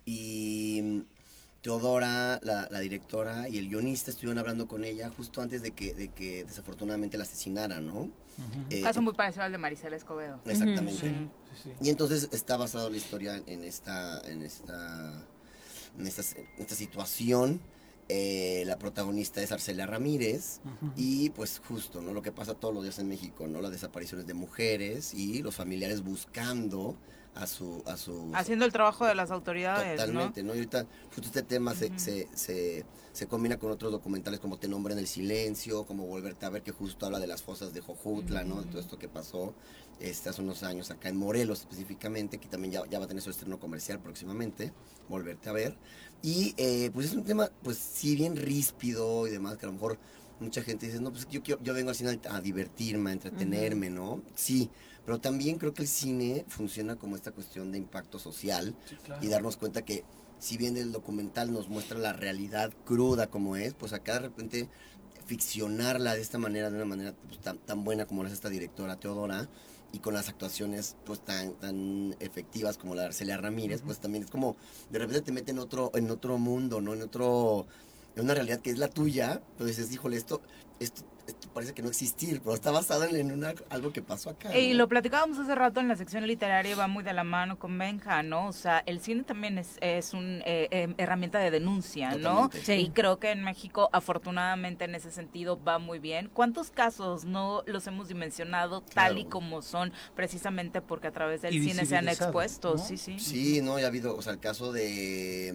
Y Teodora, la, la directora y el guionista estuvieron hablando con ella justo antes de que, de que desafortunadamente la asesinaran, ¿no? Uh-huh. Eh, Caso muy parecido al de Marisela Escobedo. Exactamente. Uh-huh. Sí, sí, sí. Y entonces está basada la historia en esta, en esta, en esta, en esta situación. Eh, la protagonista es Arcela Ramírez, uh-huh. y pues justo, ¿no? Lo que pasa todos los días en México, ¿no? Las desapariciones de mujeres y los familiares buscando a su... A su Haciendo el trabajo de las autoridades, totalmente, ¿no? ¿no? Y ahorita justo este tema uh-huh. se, se, se, se combina con otros documentales como Te Nombra en el Silencio, como Volverte a Ver, que justo habla de las fosas de Jojutla, uh-huh. ¿no? De todo esto que pasó este, hace unos años acá en Morelos específicamente, que también ya, ya va a tener su estreno comercial próximamente, Volverte a Ver. Y eh, pues es un tema, pues sí, bien ríspido y demás, que a lo mejor mucha gente dice, no, pues yo, yo, yo vengo al cine a divertirme, a entretenerme, uh-huh. ¿no? Sí, pero también creo que el cine funciona como esta cuestión de impacto social, sí, claro. Y darnos cuenta que si bien el documental nos muestra la realidad cruda como es, pues acá de repente ficcionarla de esta manera, de una manera pues, tan, tan buena como lo hace esta directora Teodora, y con las actuaciones pues tan tan efectivas como la de Arcelia Ramírez, uh-huh. pues también es como, de repente te mete en otro, en otro mundo, ¿no? En otro, en una realidad que es la tuya, pero dices, híjole, esto, esto, esto parece que no existir, pero está basado en, en una, algo que pasó acá, ¿no? Y lo platicábamos hace rato en la sección literaria, va muy de la mano con Benja, ¿no? O sea, el cine también es, es una eh, eh, herramienta de denuncia, ¿no? Sí. Y creo que en México, afortunadamente, en ese sentido, va muy bien. ¿Cuántos casos no los hemos dimensionado tal claro. y como son, precisamente porque a través del cine se han expuesto? ¿No? Sí, sí. Sí, no, ya ha habido, o sea, el caso de...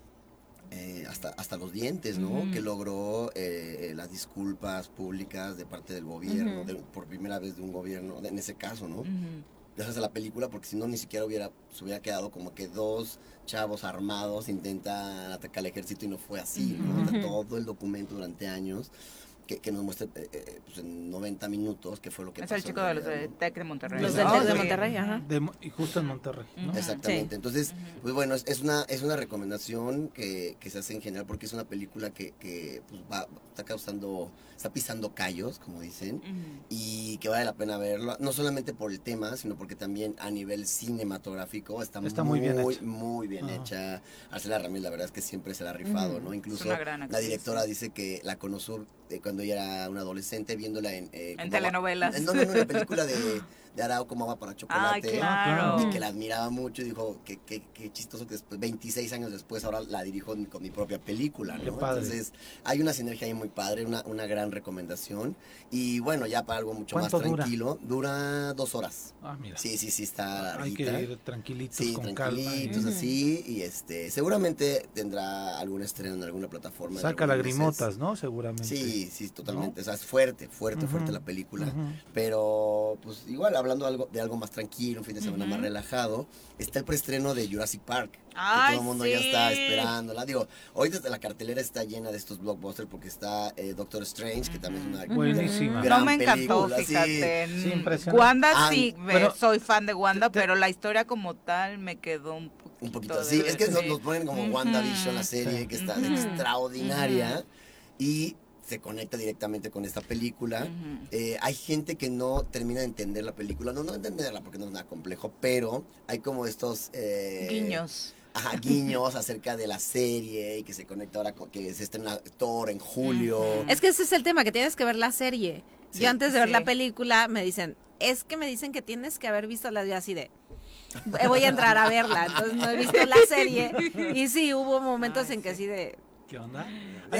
Eh, hasta hasta los dientes, ¿no? Uh-huh. Que logró eh, las disculpas públicas de parte del gobierno, uh-huh. de, por primera vez de un gobierno, de, en ese caso, ¿no? Uh-huh. Gracias a la película, porque si no ni siquiera hubiera se hubiera quedado como que dos chavos armados intentan atacar al ejército y no fue así, uh-huh. ¿no? O sea, todo el documento durante años que, que nos muestra eh, eh, pues en noventa minutos que fue lo que es pasó. Es el chico de los de Tec de Monterrey. Los del Tec de Monterrey, ajá. De, y justo en Monterrey, ¿no? Uh-huh. Exactamente. Sí. Entonces, uh-huh. pues bueno, es, es una es una recomendación que, que se hace en general porque es una película que, que pues va, está causando, está pisando callos, como dicen, uh-huh. y que vale la pena verlo, no solamente por el tema, sino porque también a nivel cinematográfico está, está muy, muy bien muy hecha. Muy bien uh-huh. hecha. Arcelia Ramírez, la verdad es que siempre se la ha rifado, uh-huh. ¿no? Incluso la directora sí. dice que la conoció eh, cuando ella era una adolescente, viéndola en... Eh, en telenovelas. Va, en, no, no, no, en la película de, de Arao, Cómo va para chocolate. Ay, claro. Y que la admiraba mucho y dijo que, que, que chistoso que después, veintiséis años después, ahora la dirijo con mi propia película, ¿no? Entonces, hay una sinergia ahí muy padre, una, una gran recomendación. Y bueno, ya para algo mucho más tranquilo, dura? dura dos horas. Ah, mira. Sí, sí, sí, está Hay larguita. que ir tranquilitos, sí, con tranquilitos, calma. así, y este, seguramente tendrá algún estreno en alguna plataforma. Saca lagrimotas, meses. ¿No? Seguramente. Sí, sí, totalmente. ¿No? O sea, es fuerte, fuerte, uh-huh. fuerte la película. Uh-huh. Pero, pues, igual, hablando algo, de algo más tranquilo, un fin de semana uh-huh. más relajado, está el preestreno de Jurassic Park. Ay, que todo el mundo sí. ya está esperándola. Digo, hoy desde la cartelera está llena de estos blockbusters porque está eh, Doctor Strange, que también es una buenísima. gran no me encantó, película. Fíjate. Sí, sí, impresionante. Wanda ah, sí, pero, soy fan de Wanda, te, pero la historia como tal me quedó un poquito. Un poquito, sí, de, es que sí. nos, nos ponen como uh-huh. WandaVision, la serie, que está uh-huh. extraordinaria, uh-huh. y se conecta directamente con esta película. Uh-huh. Eh, hay gente que no termina de entender la película, no, no entenderla porque no es nada complejo, pero hay como estos... Eh, guiños. Ajá, guiños acerca de la serie y que se conecta ahora con que se estrena Thor en julio. Uh-huh. Es que ese es el tema, que tienes que ver la serie. Sí. Yo antes de ver sí. la película me dicen, es que me dicen que tienes que haber visto la de así de... voy a entrar a verla, entonces no he visto la serie y sí, hubo momentos Ay, en que sí de... ¿Qué onda? Sí.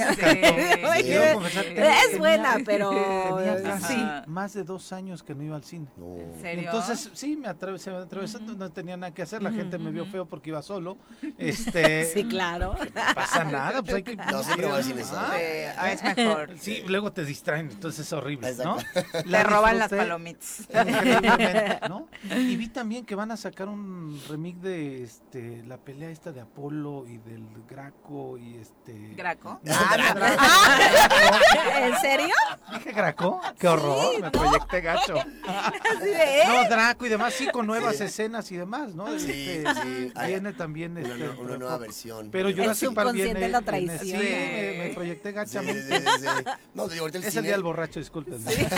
Sí. Es buena, pero tenía sí. más de dos años que no iba al cine. No. ¿En serio? Entonces, sí, me atravesé, me atravesé uh-huh. no tenía nada que hacer, la uh-huh. gente me vio feo porque iba solo. Este, sí, claro. No pasa nada, pues hay que... No, siempre va al cine solo. Ah, es mejor. Sí, luego te distraen, entonces es horrible, ¿no? Te roban las palomitas. Increíblemente, ¿no? Y vi también que van a sacar un remake de este la pelea esta de Apolo y del Graco y este... ¿Graco? Ah, ¿en serio? ¿Dije Graco? ¡Qué horror! Sí, me ¿no? proyecté gacho. No, Draco y demás, sí, con nuevas sí. escenas y demás, ¿no? Sí, este, sí. Viene también... Una, este, una nueva versión. Pero yo el Park viene... lo traiciona. Sí, me, me proyecté gachamente. Sí, sí, sí. No, digo, ahorita el es cine... el día del borracho, discúlpenme. Sí.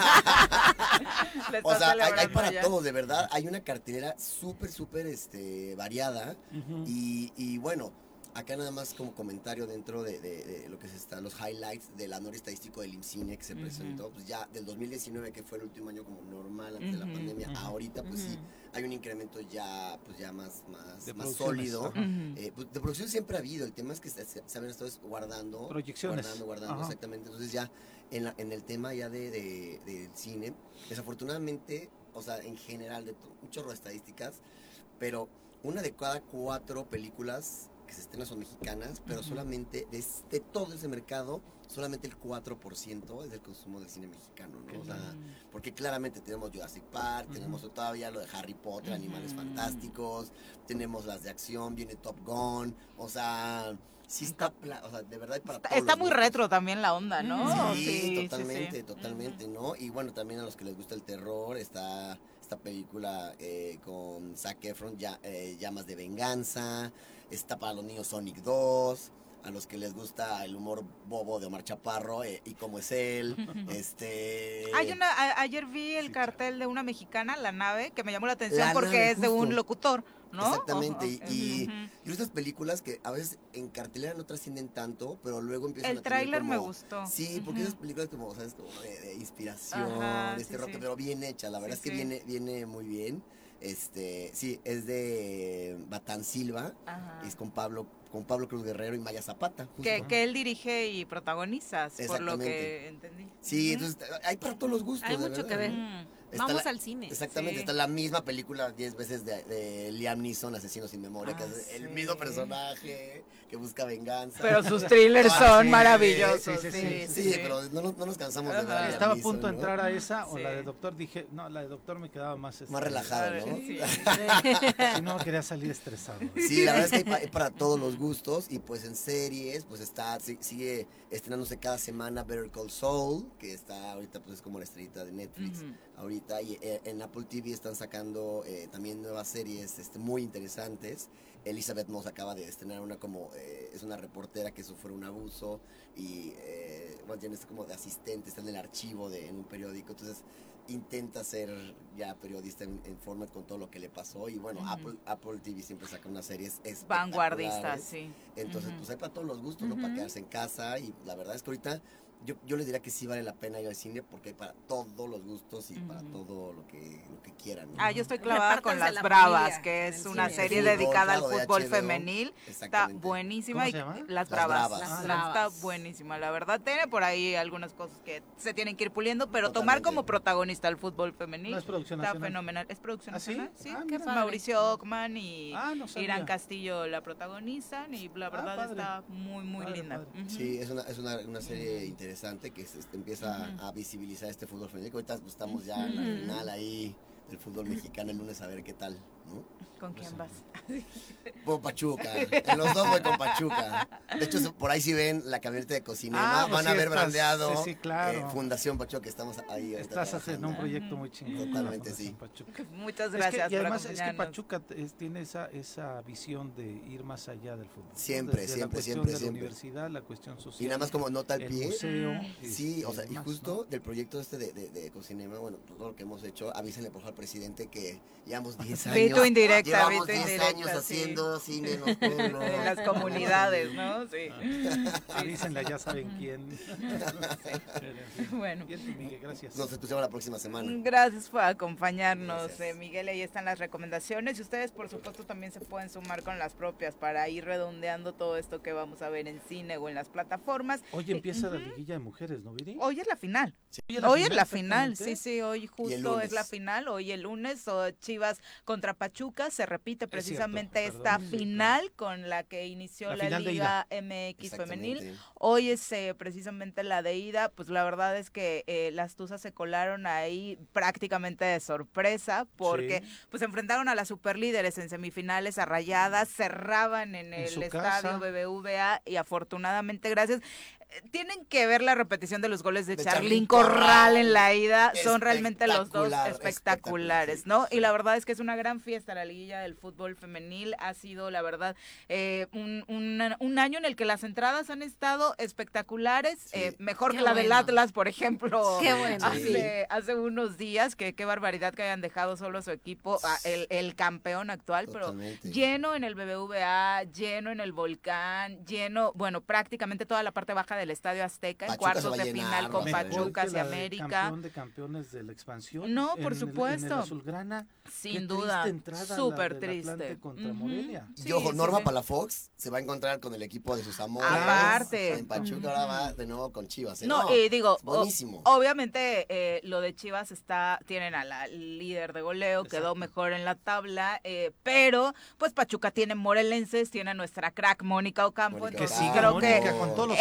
O sea, hay, hay para todos, de verdad. Hay una cartelera súper, súper este, variada. Uh-huh. y, y bueno... Acá nada más como comentario dentro de, de, de lo que se está, los highlights del anuario estadístico del IMCINE que se uh-huh. presentó, pues ya del dos mil diecinueve, que fue el último año como normal antes uh-huh. de la pandemia, uh-huh. ahorita pues uh-huh. sí, hay un incremento ya pues ya más, más, más sólido. Uh-huh. Eh, pues, de producción siempre ha habido, el tema es que se, se habían estado guardando, proyecciones. guardando, guardando, uh-huh. exactamente, entonces ya en, la, en el tema ya de, de, del cine, desafortunadamente, o sea, en general, de un chorro de estadísticas, pero una de cada cuatro películas que se estrenan son mexicanas, pero uh-huh. solamente de, de todo ese mercado, solamente el cuatro por ciento es del consumo del cine mexicano, ¿no? O sea, porque claramente tenemos Jurassic Park, uh-huh. tenemos todavía lo de Harry Potter, uh-huh. Animales Fantásticos, tenemos las de acción, viene Top Gun, o sea, sí está, pla- o sea, de verdad para está, todos está muy gustos. retro también la onda, ¿no? Sí, sí totalmente, sí, sí. totalmente, uh-huh. ¿no? Y bueno, también a los que les gusta el terror, está esta película eh, con Zac Efron, ya, eh, Llamas de Venganza, está para los niños Sonic dos, a los que les gusta el humor bobo de Omar Chaparro eh, y cómo es él. este Hay una, a, ayer vi el cartel de una mexicana, La Nave, que me llamó la atención La porque Nave, es de justo. un locutor, ¿no? Exactamente, Ojo. y, Ujú. y estas películas que a veces en cartelera no trascienden tanto, pero luego empiezan El a tener tráiler como- me gustó. Sí, porque Ujú. esas películas como, ¿sabes? Como de, de inspiración, Ajá, de este sí, rock, sí. pero bien hecha, la verdad Sí, es que sí. viene, viene muy bien. Este, sí, es de Batán Silva, Ajá. es con Pablo, con Pablo Cruz Guerrero y Maya Zapata, justo. Que, que él dirige y protagoniza, por lo que Exactamente. entendí. Sí, Ujú. entonces hay para todos los gustos. Hay de mucho verdad, que ver. ¿no? Vamos la- al cine. Exactamente, Sí. está la misma película diez veces de, de Liam Neeson, Asesino sin Memoria, que Ah, es el sí. mismo personaje que busca venganza. Pero sus thrillers Ah, son sí, maravillosos, Sí, sí, sí, sí, sí. sí, pero no, nos- no nos cansamos de ver a Liam Estaba a Neeson, punto de ¿no? entrar a esa o Sí. la de Doctor, dije, no, la de Doctor me quedaba más... este, Más relajado, ¿no? Sí. Si no, quería salir estresado. Sí, la verdad es que hay, pa- hay para todos los gustos y pues en series, pues está, si- sigue estrenándose cada semana Better Call Saul, que está ahorita pues es como la estrellita de Netflix Ujú. ahorita, y eh, en Apple T V están sacando eh, también nuevas series este, muy interesantes. Elizabeth Moss acaba de estrenar una como, eh, es una reportera que sufrió un abuso y eh, bueno, tiene este como de asistente, está en el archivo de en un periódico, entonces intenta ser ya periodista en, en format con todo lo que le pasó y bueno, Ujú. Apple, Apple T V siempre saca unas series espectaculares. Vanguardistas, sí. Entonces, Ujú. pues hay para todos los gustos, ¿no? Para Ujú. quedarse en casa y la verdad es que ahorita yo, yo les diría que sí vale la pena ir al cine porque hay para todos los gustos y para todo lo que, lo que quieran, ¿no? Ah, yo estoy clavada con Repártanse Las la Bravas, familia que en es el una cine. serie De fútbol, dedicada claro, al de fútbol H B O. femenil. Está Exactamente. buenísima. ¿Cómo y se llama? Las Las Bravas. Bravas. Las Está Bravas. buenísima, la verdad. Tiene por ahí algunas cosas que se tienen que ir puliendo, pero tomar Totalmente. como protagonista al fútbol femenil ¿No es producción está nacional? fenomenal. ¿Es producción ¿Ah, sí? nacional? Sí, Ah, que mira. Mauricio Ockman y Ah, no sabía. Irán Castillo la protagonizan y la Ah, verdad padre. está muy, muy Padre, linda. padre. Ujú. Sí, es una, es una, una serie interesante que se, este, empieza a visibilizar este fútbol femenil. que Ahorita pues, estamos ya en la Ujú. final ahí del fútbol mexicano el lunes a ver qué tal, ¿no? ¿Con quién vas? Con Pachuca, en los dos voy con Pachuca. De hecho, por ahí si ven la camioneta de Cocinema, Ah, pues van a sí, ver estás- brandeado sí, sí, claro. eh, Fundación Pachuca, que estamos ahí ahorita Estás haciendo un trabajando. proyecto muy chingón. con la Totalmente, Fundación sí. Pachuca. Muchas Es que- gracias y además por es que acompañarnos. Pachuca es- tiene esa, esa visión de ir más allá del fútbol. ¿no? Siempre, Desde siempre, la cuestión siempre, de siempre. la universidad, la cuestión social. Y nada más como nota al el pie. museo. Sí, este, o sea, y demás, justo ¿no? del proyecto este de, de, de Cocinema, bueno, todo lo que hemos hecho, avísenle por favor al presidente que llevamos diez años. Vi tu indirecta, llevamos vi tu diez indirecta, años sí. haciendo cine nocturno. En las comunidades, ¿no? Sí. Avísenle, ya saben quién. Bueno. Bien, Miguel, gracias. Nos escuchamos la próxima semana. Gracias por acompañarnos, Gracias. eh, Miguel. Ahí están las recomendaciones y ustedes, por supuesto, también se pueden sumar con las propias para ir redondeando todo esto que vamos a ver en cine o en las plataformas. Hoy Eh, empieza la ujú. liguilla de mujeres, ¿no, Viri? Hoy es la final. Hoy Hoy es la final, sí, exactamente. sí, hoy justo lunes. es la final, hoy el lunes, o Chivas contra Pachuca, se repite precisamente cierto, esta perdón, sí, final con la que inició La la, final de Liga M X femenil. Exactamente. Hoy es eh, precisamente la de ida, pues la verdad es que eh, las Tuzas se colaron ahí prácticamente de sorpresa porque Sí. pues se enfrentaron a las superlíderes en semifinales a Rayadas, cerraban en En el su estadio casa. B B V A y afortunadamente gracias. eh, Tienen que ver la repetición de los goles de, De Charlín Charlín Corral Corral. en la ida, son realmente los dos Espectacular, espectaculares, espectacular, ¿no? Y la verdad es que es una gran fiesta la liguilla del fútbol femenil, ha sido la verdad eh, un, un, un año en el que las entradas han estado espectaculares, Sí. eh, mejor Qué que la del bueno. Atlas, por ejemplo, Qué bueno. hace, hace unos días, que qué barbaridad que hayan dejado solo a su equipo, a- el, el campeón actual, Totalmente. pero lleno en el B B V A, lleno en el Volcán, lleno, bueno, prácticamente toda la parte baja del Estadio Azteca, en Pachuca se cuartos va a de llenar, final con vas a ver. Mejor Pachucas que y la de América. Campeón de campeones de la expansión. No, por en el- supuesto. en el Azulgrana. Sin Qué duda, triste entrada la súper del Atlante triste. contra Ujú. Morelia. Y Sí, ojo, sí, Norma sí. Palafox se va a encontrar con el equipo de sus amores. Aparte. En Pachuca ahora va de nuevo con Chivas. ¿eh? No, y digo, es buenísimo. o- obviamente eh, lo de Chivas está, tienen a la líder de goleo, quedó Exacto. mejor en la tabla, eh, pero pues Pachuca tiene morelenses, tiene a nuestra crack Mónica Ocampo, Mónica Que entonces sigue Ocampo. creo que Mónica con todos los el años del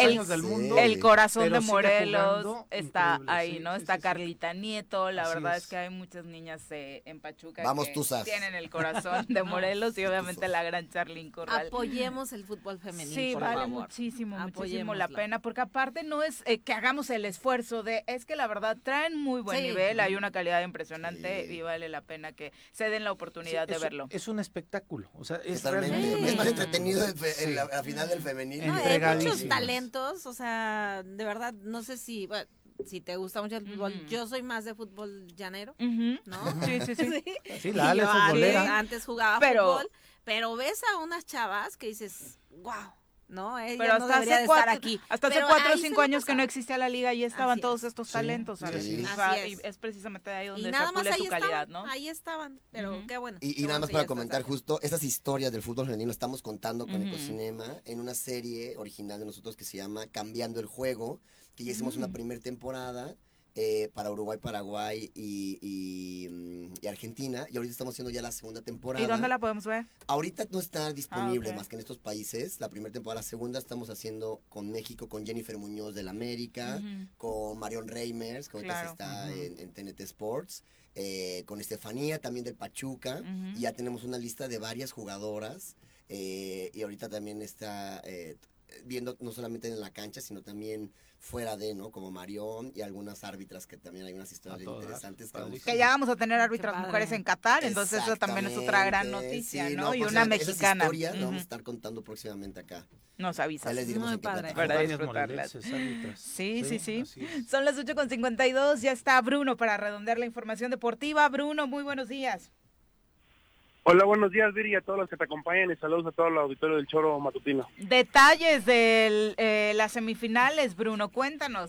del mundo. El corazón de sigue Morelos jugando, está increíble, ahí, sí, ¿no? sí, está sí, Carlita Nieto, la Así verdad es. es que hay muchas niñas eh, en Pachuca Vamos, que tuzas. tienen el corazón de Morelos y obviamente la gran Charlín Corral. Apoyemos el fútbol femenil, Sí, por vale favor. muchísimo, muchísimo Apoyémosla. la pena, porque aparte no es eh, que hagamos el esfuerzo de, es que la verdad traen muy buen Sí. nivel, hay una calidad impresionante y vale la pena que se den la oportunidad Sí, de es, verlo. Es un espectáculo, o sea, es Totalmente. realmente... Es más entretenido el fe- Sí. en la, la final del femenino. No, hay Entregadísimas. muchos talentos, o sea, de verdad, no sé si, bueno, si te gusta mucho el fútbol, Ujú. yo soy más de fútbol llanero, Ujú. ¿no? Sí, sí, sí. Sí, Y la Ale yo es antes, futbolera. antes jugaba Pero- fútbol, pero ves a unas chavas que dices, wow, ¿no? Ella Pero no hasta debería hace de cuatro, estar aquí. hasta hace Pero cuatro o ahí se cinco le años que pasaba. no existía la liga y estaban Así todos es. estos Sí, talentos, sí, ¿sabes? sí. O sea, Así y es. es precisamente ahí donde Y se nada más pule ahí su calidad, estaban, ¿no? ahí estaban, pero Ujú. qué bueno. Y, y qué nada bueno más que para ya comentar estás justo, esas historias del fútbol femenino las estamos contando con Ujú. Ecocinema en una serie original de nosotros que se llama Cambiando el Juego, que ya hicimos una primera temporada eh, para Uruguay, Paraguay y, y, mm, y Argentina, y ahorita estamos haciendo ya la segunda temporada. ¿Y dónde la podemos ver? Ahorita no está disponible Ah, ok. más que en estos países. La primera temporada, la segunda estamos haciendo con México, con Jennifer Muñoz del América, Ujú. con Marion Reimers, que ahorita Claro. está Ujú. en, en T N T Sports, eh, con Estefanía también del Pachuca, Ujú. y ya tenemos una lista de varias jugadoras, eh, y ahorita también está eh, viendo no solamente en la cancha, sino también fuera de, ¿no? Como Marion y algunas árbitras que también hay unas historias A todas, interesantes. Que padrísimo. vamos a- Que ya vamos a tener árbitras Qué padre. mujeres en Qatar, entonces eso también es otra gran Exactamente, noticia, sí, ¿no? Y pues, una esas mexicana. historias las vamos a Ujú. estar contando próximamente acá. Nos avisas. Ahí les diremos Muy en qué padre. plataforma. Para Varias disfrutarlas. morelenses, árbitras. Sí, sí, sí. así es. Son las ocho con cincuenta y dos, ya está Bruno para redondear la información deportiva. Bruno, muy buenos días. Hola, buenos días, Viri, y a todos los que te acompañan y saludos a todo el auditorio del Choro Matutino. Detalles de eh, las semifinales, Bruno, cuéntanos.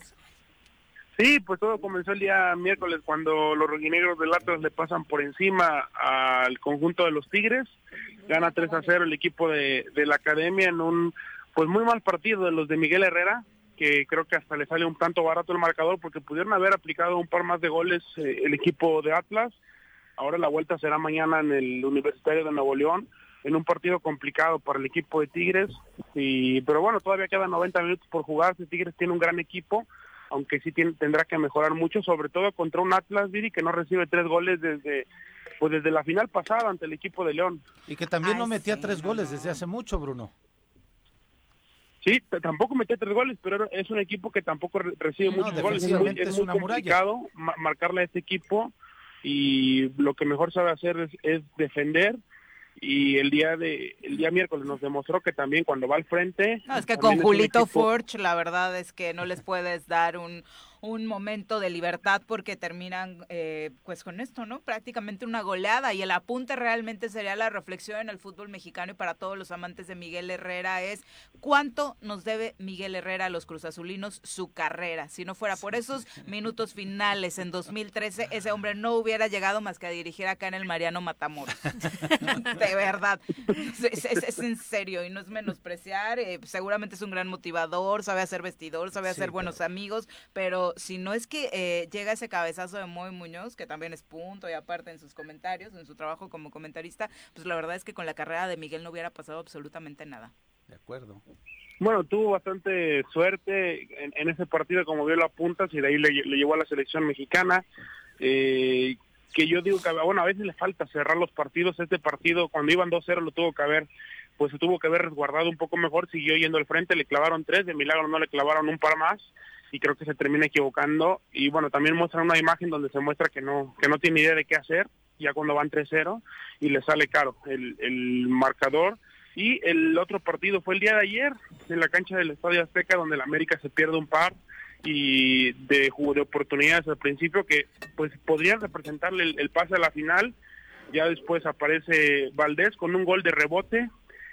Sí, pues todo comenzó el día miércoles cuando los rojinegros del Atlas le pasan por encima al conjunto de los Tigres. Gana tres a cero el equipo de, de la Academia en un pues muy mal partido de los de Miguel Herrera, que creo que hasta le sale un tanto barato el marcador porque pudieron haber aplicado un par más de goles eh, el equipo de Atlas. Ahora la vuelta será mañana en el Universitario de Nuevo León, en un partido complicado para el equipo de Tigres. Y pero bueno, todavía quedan noventa minutos por jugarse. Tigres tiene un gran equipo, aunque sí tiene, tendrá que mejorar mucho, sobre todo contra un Atlas, Viri, que no recibe tres goles desde pues desde la final pasada ante el equipo de León. Y que también Ay, no metía sí, tres no, goles no. desde hace mucho, Bruno. Sí, t- tampoco metió tres goles, pero es un equipo que tampoco re- recibe No, muchos goles. Es muy, defensivamente es es muy una muralla. complicado ma- marcarle a este equipo y lo que mejor sabe hacer es, es defender. Y el día de el día miércoles nos demostró que también cuando va al frente... No, es que también con es un Julito equipo- Furch, la verdad es que no les puedes dar un, un momento de libertad porque terminan eh, pues con esto, ¿no? Prácticamente una goleada y el apunte realmente sería la reflexión en el fútbol mexicano y para todos los amantes de Miguel Herrera es cuánto nos debe Miguel Herrera a los cruzazulinos su carrera. Si no fuera por esos minutos finales en dos mil trece, ese hombre no hubiera llegado más que a dirigir acá en el Mariano Matamoros. De verdad, es, es- es en serio y no es menospreciar, eh, seguramente es un gran motivador, sabe hacer vestidor, sabe hacer Sí, buenos pero- amigos, pero si no es que eh, llega ese cabezazo de Moy Muñoz, que también es punto y aparte en sus comentarios, en su trabajo como comentarista, pues la verdad es que con la carrera de Miguel no hubiera pasado absolutamente nada. De acuerdo. Bueno, tuvo bastante suerte en, en ese partido, como vio lo apuntas, y de ahí le, le llevó a la selección mexicana. Eh, que yo digo que, bueno, a veces le falta cerrar los partidos. Este partido, cuando iban dos cero, lo tuvo que haber, pues se tuvo que haber resguardado un poco mejor, siguió yendo al frente, le clavaron tres, de milagro no le clavaron un par más, y creo que se termina equivocando. Y bueno, también muestran una imagen donde se muestra que no que no tiene idea de qué hacer, ya cuando van tres cero, y le sale caro el, el marcador. Y el otro partido fue el día de ayer, en la cancha del Estadio Azteca, donde el América se pierde un par y de, de oportunidades al principio que pues podrían representarle el, el pase a la final. Ya después aparece Valdés con un gol de rebote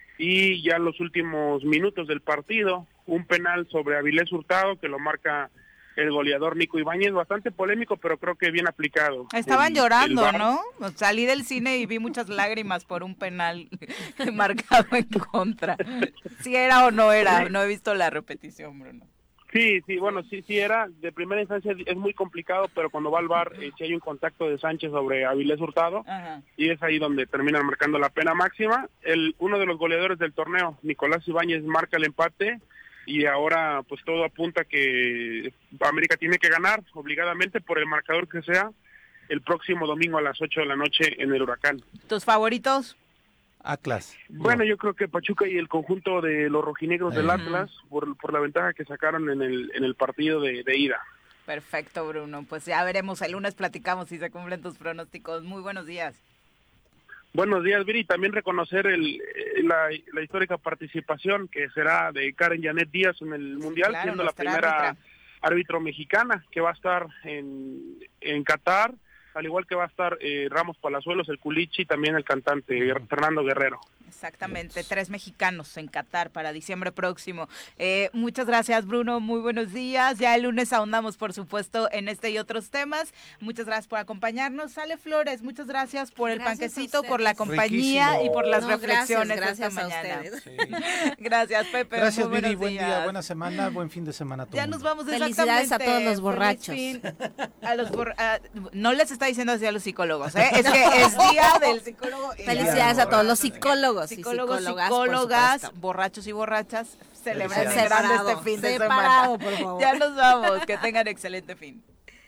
y ya en los últimos minutos del partido, un penal sobre Avilés Hurtado que lo marca el goleador Nico Ibáñez, bastante polémico, pero creo que bien aplicado. Estaban El- llorando, el V A R. ¿no? Salí del cine y vi muchas lágrimas por un penal marcado en contra. Si era o no era, no he visto la repetición, Bruno. Sí, sí, bueno, sí, sí era, de primera instancia es muy complicado, pero cuando va al V A R, eh, sí hay un contacto de Sánchez sobre Avilés Hurtado, Ajá. y es ahí donde terminan marcando la pena máxima. El uno de los goleadores del torneo, Nicolás Ibáñez, marca el empate, y ahora pues todo apunta que América tiene que ganar obligadamente por el marcador que sea el próximo domingo a las ocho de la noche en el Huracán. ¿Tus favoritos? Atlas. Bueno, yo creo que Pachuca y el conjunto de los rojinegros del Atlas por, por la ventaja que sacaron en el en el partido de, de ida. Perfecto, Bruno. Pues ya veremos, el lunes platicamos si se cumplen tus pronósticos. Muy buenos días. Buenos días, Viri. También reconocer el, la, la histórica participación que será de Karen Janet Díaz en el Mundial, claro, siendo la primera árbitra. árbitro mexicana que va a estar en, en Qatar, al igual que va a estar eh, Ramos Palazuelos, el Culichi, y también el cantante uh-huh. Fernando Guerrero. Exactamente, tres mexicanos en Qatar para diciembre próximo. Eh, muchas gracias, Bruno, muy buenos días. Ya el lunes ahondamos, por supuesto, en este y otros temas. Muchas gracias por acompañarnos. Sale Flores, muchas gracias por el gracias panquecito, por la compañía Riquísimo. y por las no, reflexiones gracias, gracias esta mañana. Sí. Gracias, Pepe. Gracias, muy Viri, buen días. día, buena semana, buen fin de semana a todos. Ya nos vamos. Felicidades a todos los borrachos. A los bor a, no les está diciendo así a los psicólogos, ¿eh? Es que es día del psicólogo. Felicidades a todos los psicólogos, psicólogos, y psicólogas, psicólogas borrachos y borrachas, celebran en grande este fin de Separado, semana. por favor. Ya nos vamos, que tengan excelente fin.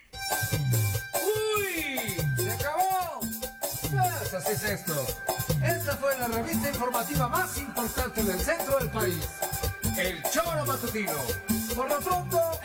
¡Uy! ¡Se acabó! Pues así es esto. Esta fue la revista informativa más importante del centro del país. El Choro Matutino. Por lo pronto,